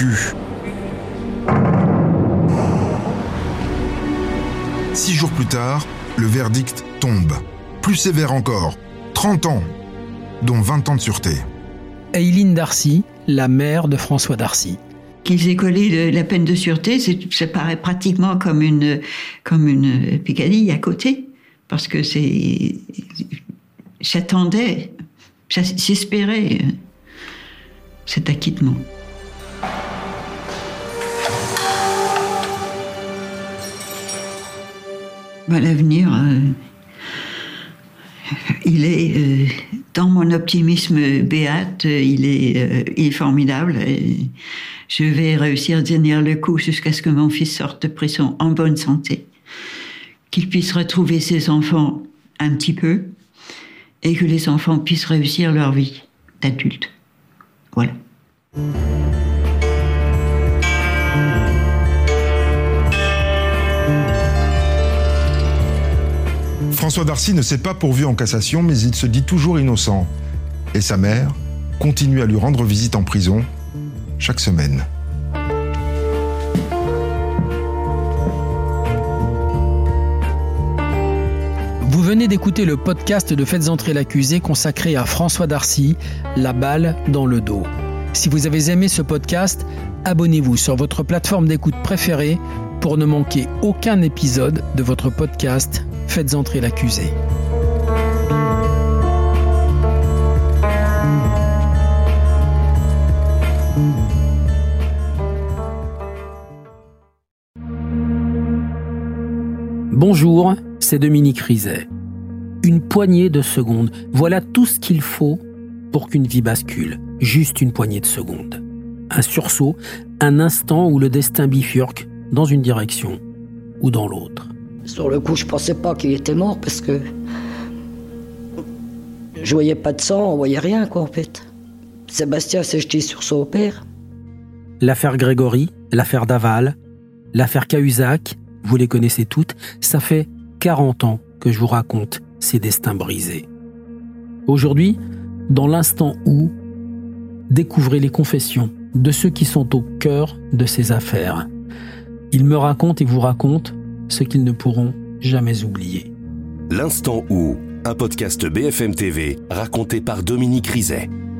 Six jours plus tard, le verdict tombe. Plus sévère encore, trente ans, dont vingt ans de sûreté. Aileen Darcy, la mère de François Darcy. Qu'ils aient collé la peine de sûreté, c'est, ça paraît pratiquement comme une, comme une peccadille à côté. Parce que c'est... J'attendais, j'espérais cet acquittement. Ben, l'avenir, euh, il est, euh, dans mon optimisme béate, il est, euh, il est formidable. Et je vais réussir à tenir le coup jusqu'à ce que mon fils sorte de prison en bonne santé, qu'il puisse retrouver ses enfants un petit peu, et que les enfants puissent réussir leur vie d'adulte. Voilà. François Darcy ne s'est pas pourvu en cassation, mais il se dit toujours innocent. Et sa mère continue à lui rendre visite en prison chaque semaine. Vous venez d'écouter le podcast de Faites entrer l'accusé consacré à François Darcy, La balle dans le dos. Si vous avez aimé ce podcast, abonnez-vous sur votre plateforme d'écoute préférée pour ne manquer aucun épisode de votre podcast Faites entrer l'accusé. Bonjour, c'est Dominique Rizet. Une poignée de secondes, voilà tout ce qu'il faut pour qu'une vie bascule. Juste une poignée de secondes. Un sursaut, un instant où le destin bifurque dans une direction ou dans l'autre. Sur le coup, je pensais pas qu'il était mort parce que je voyais pas de sang, on voyait rien quoi en fait. Sébastien s'est jeté sur son père. L'affaire Grégory, l'affaire Daval, l'affaire Cahuzac, vous les connaissez toutes, ça fait quarante ans que je vous raconte ces destins brisés. Aujourd'hui, dans l'instant où, découvrez les confessions de ceux qui sont au cœur de ces affaires. Ils me racontent et vous racontent ce qu'ils ne pourront jamais oublier. L'instant où, un podcast B F M T V raconté par Dominique Rizet.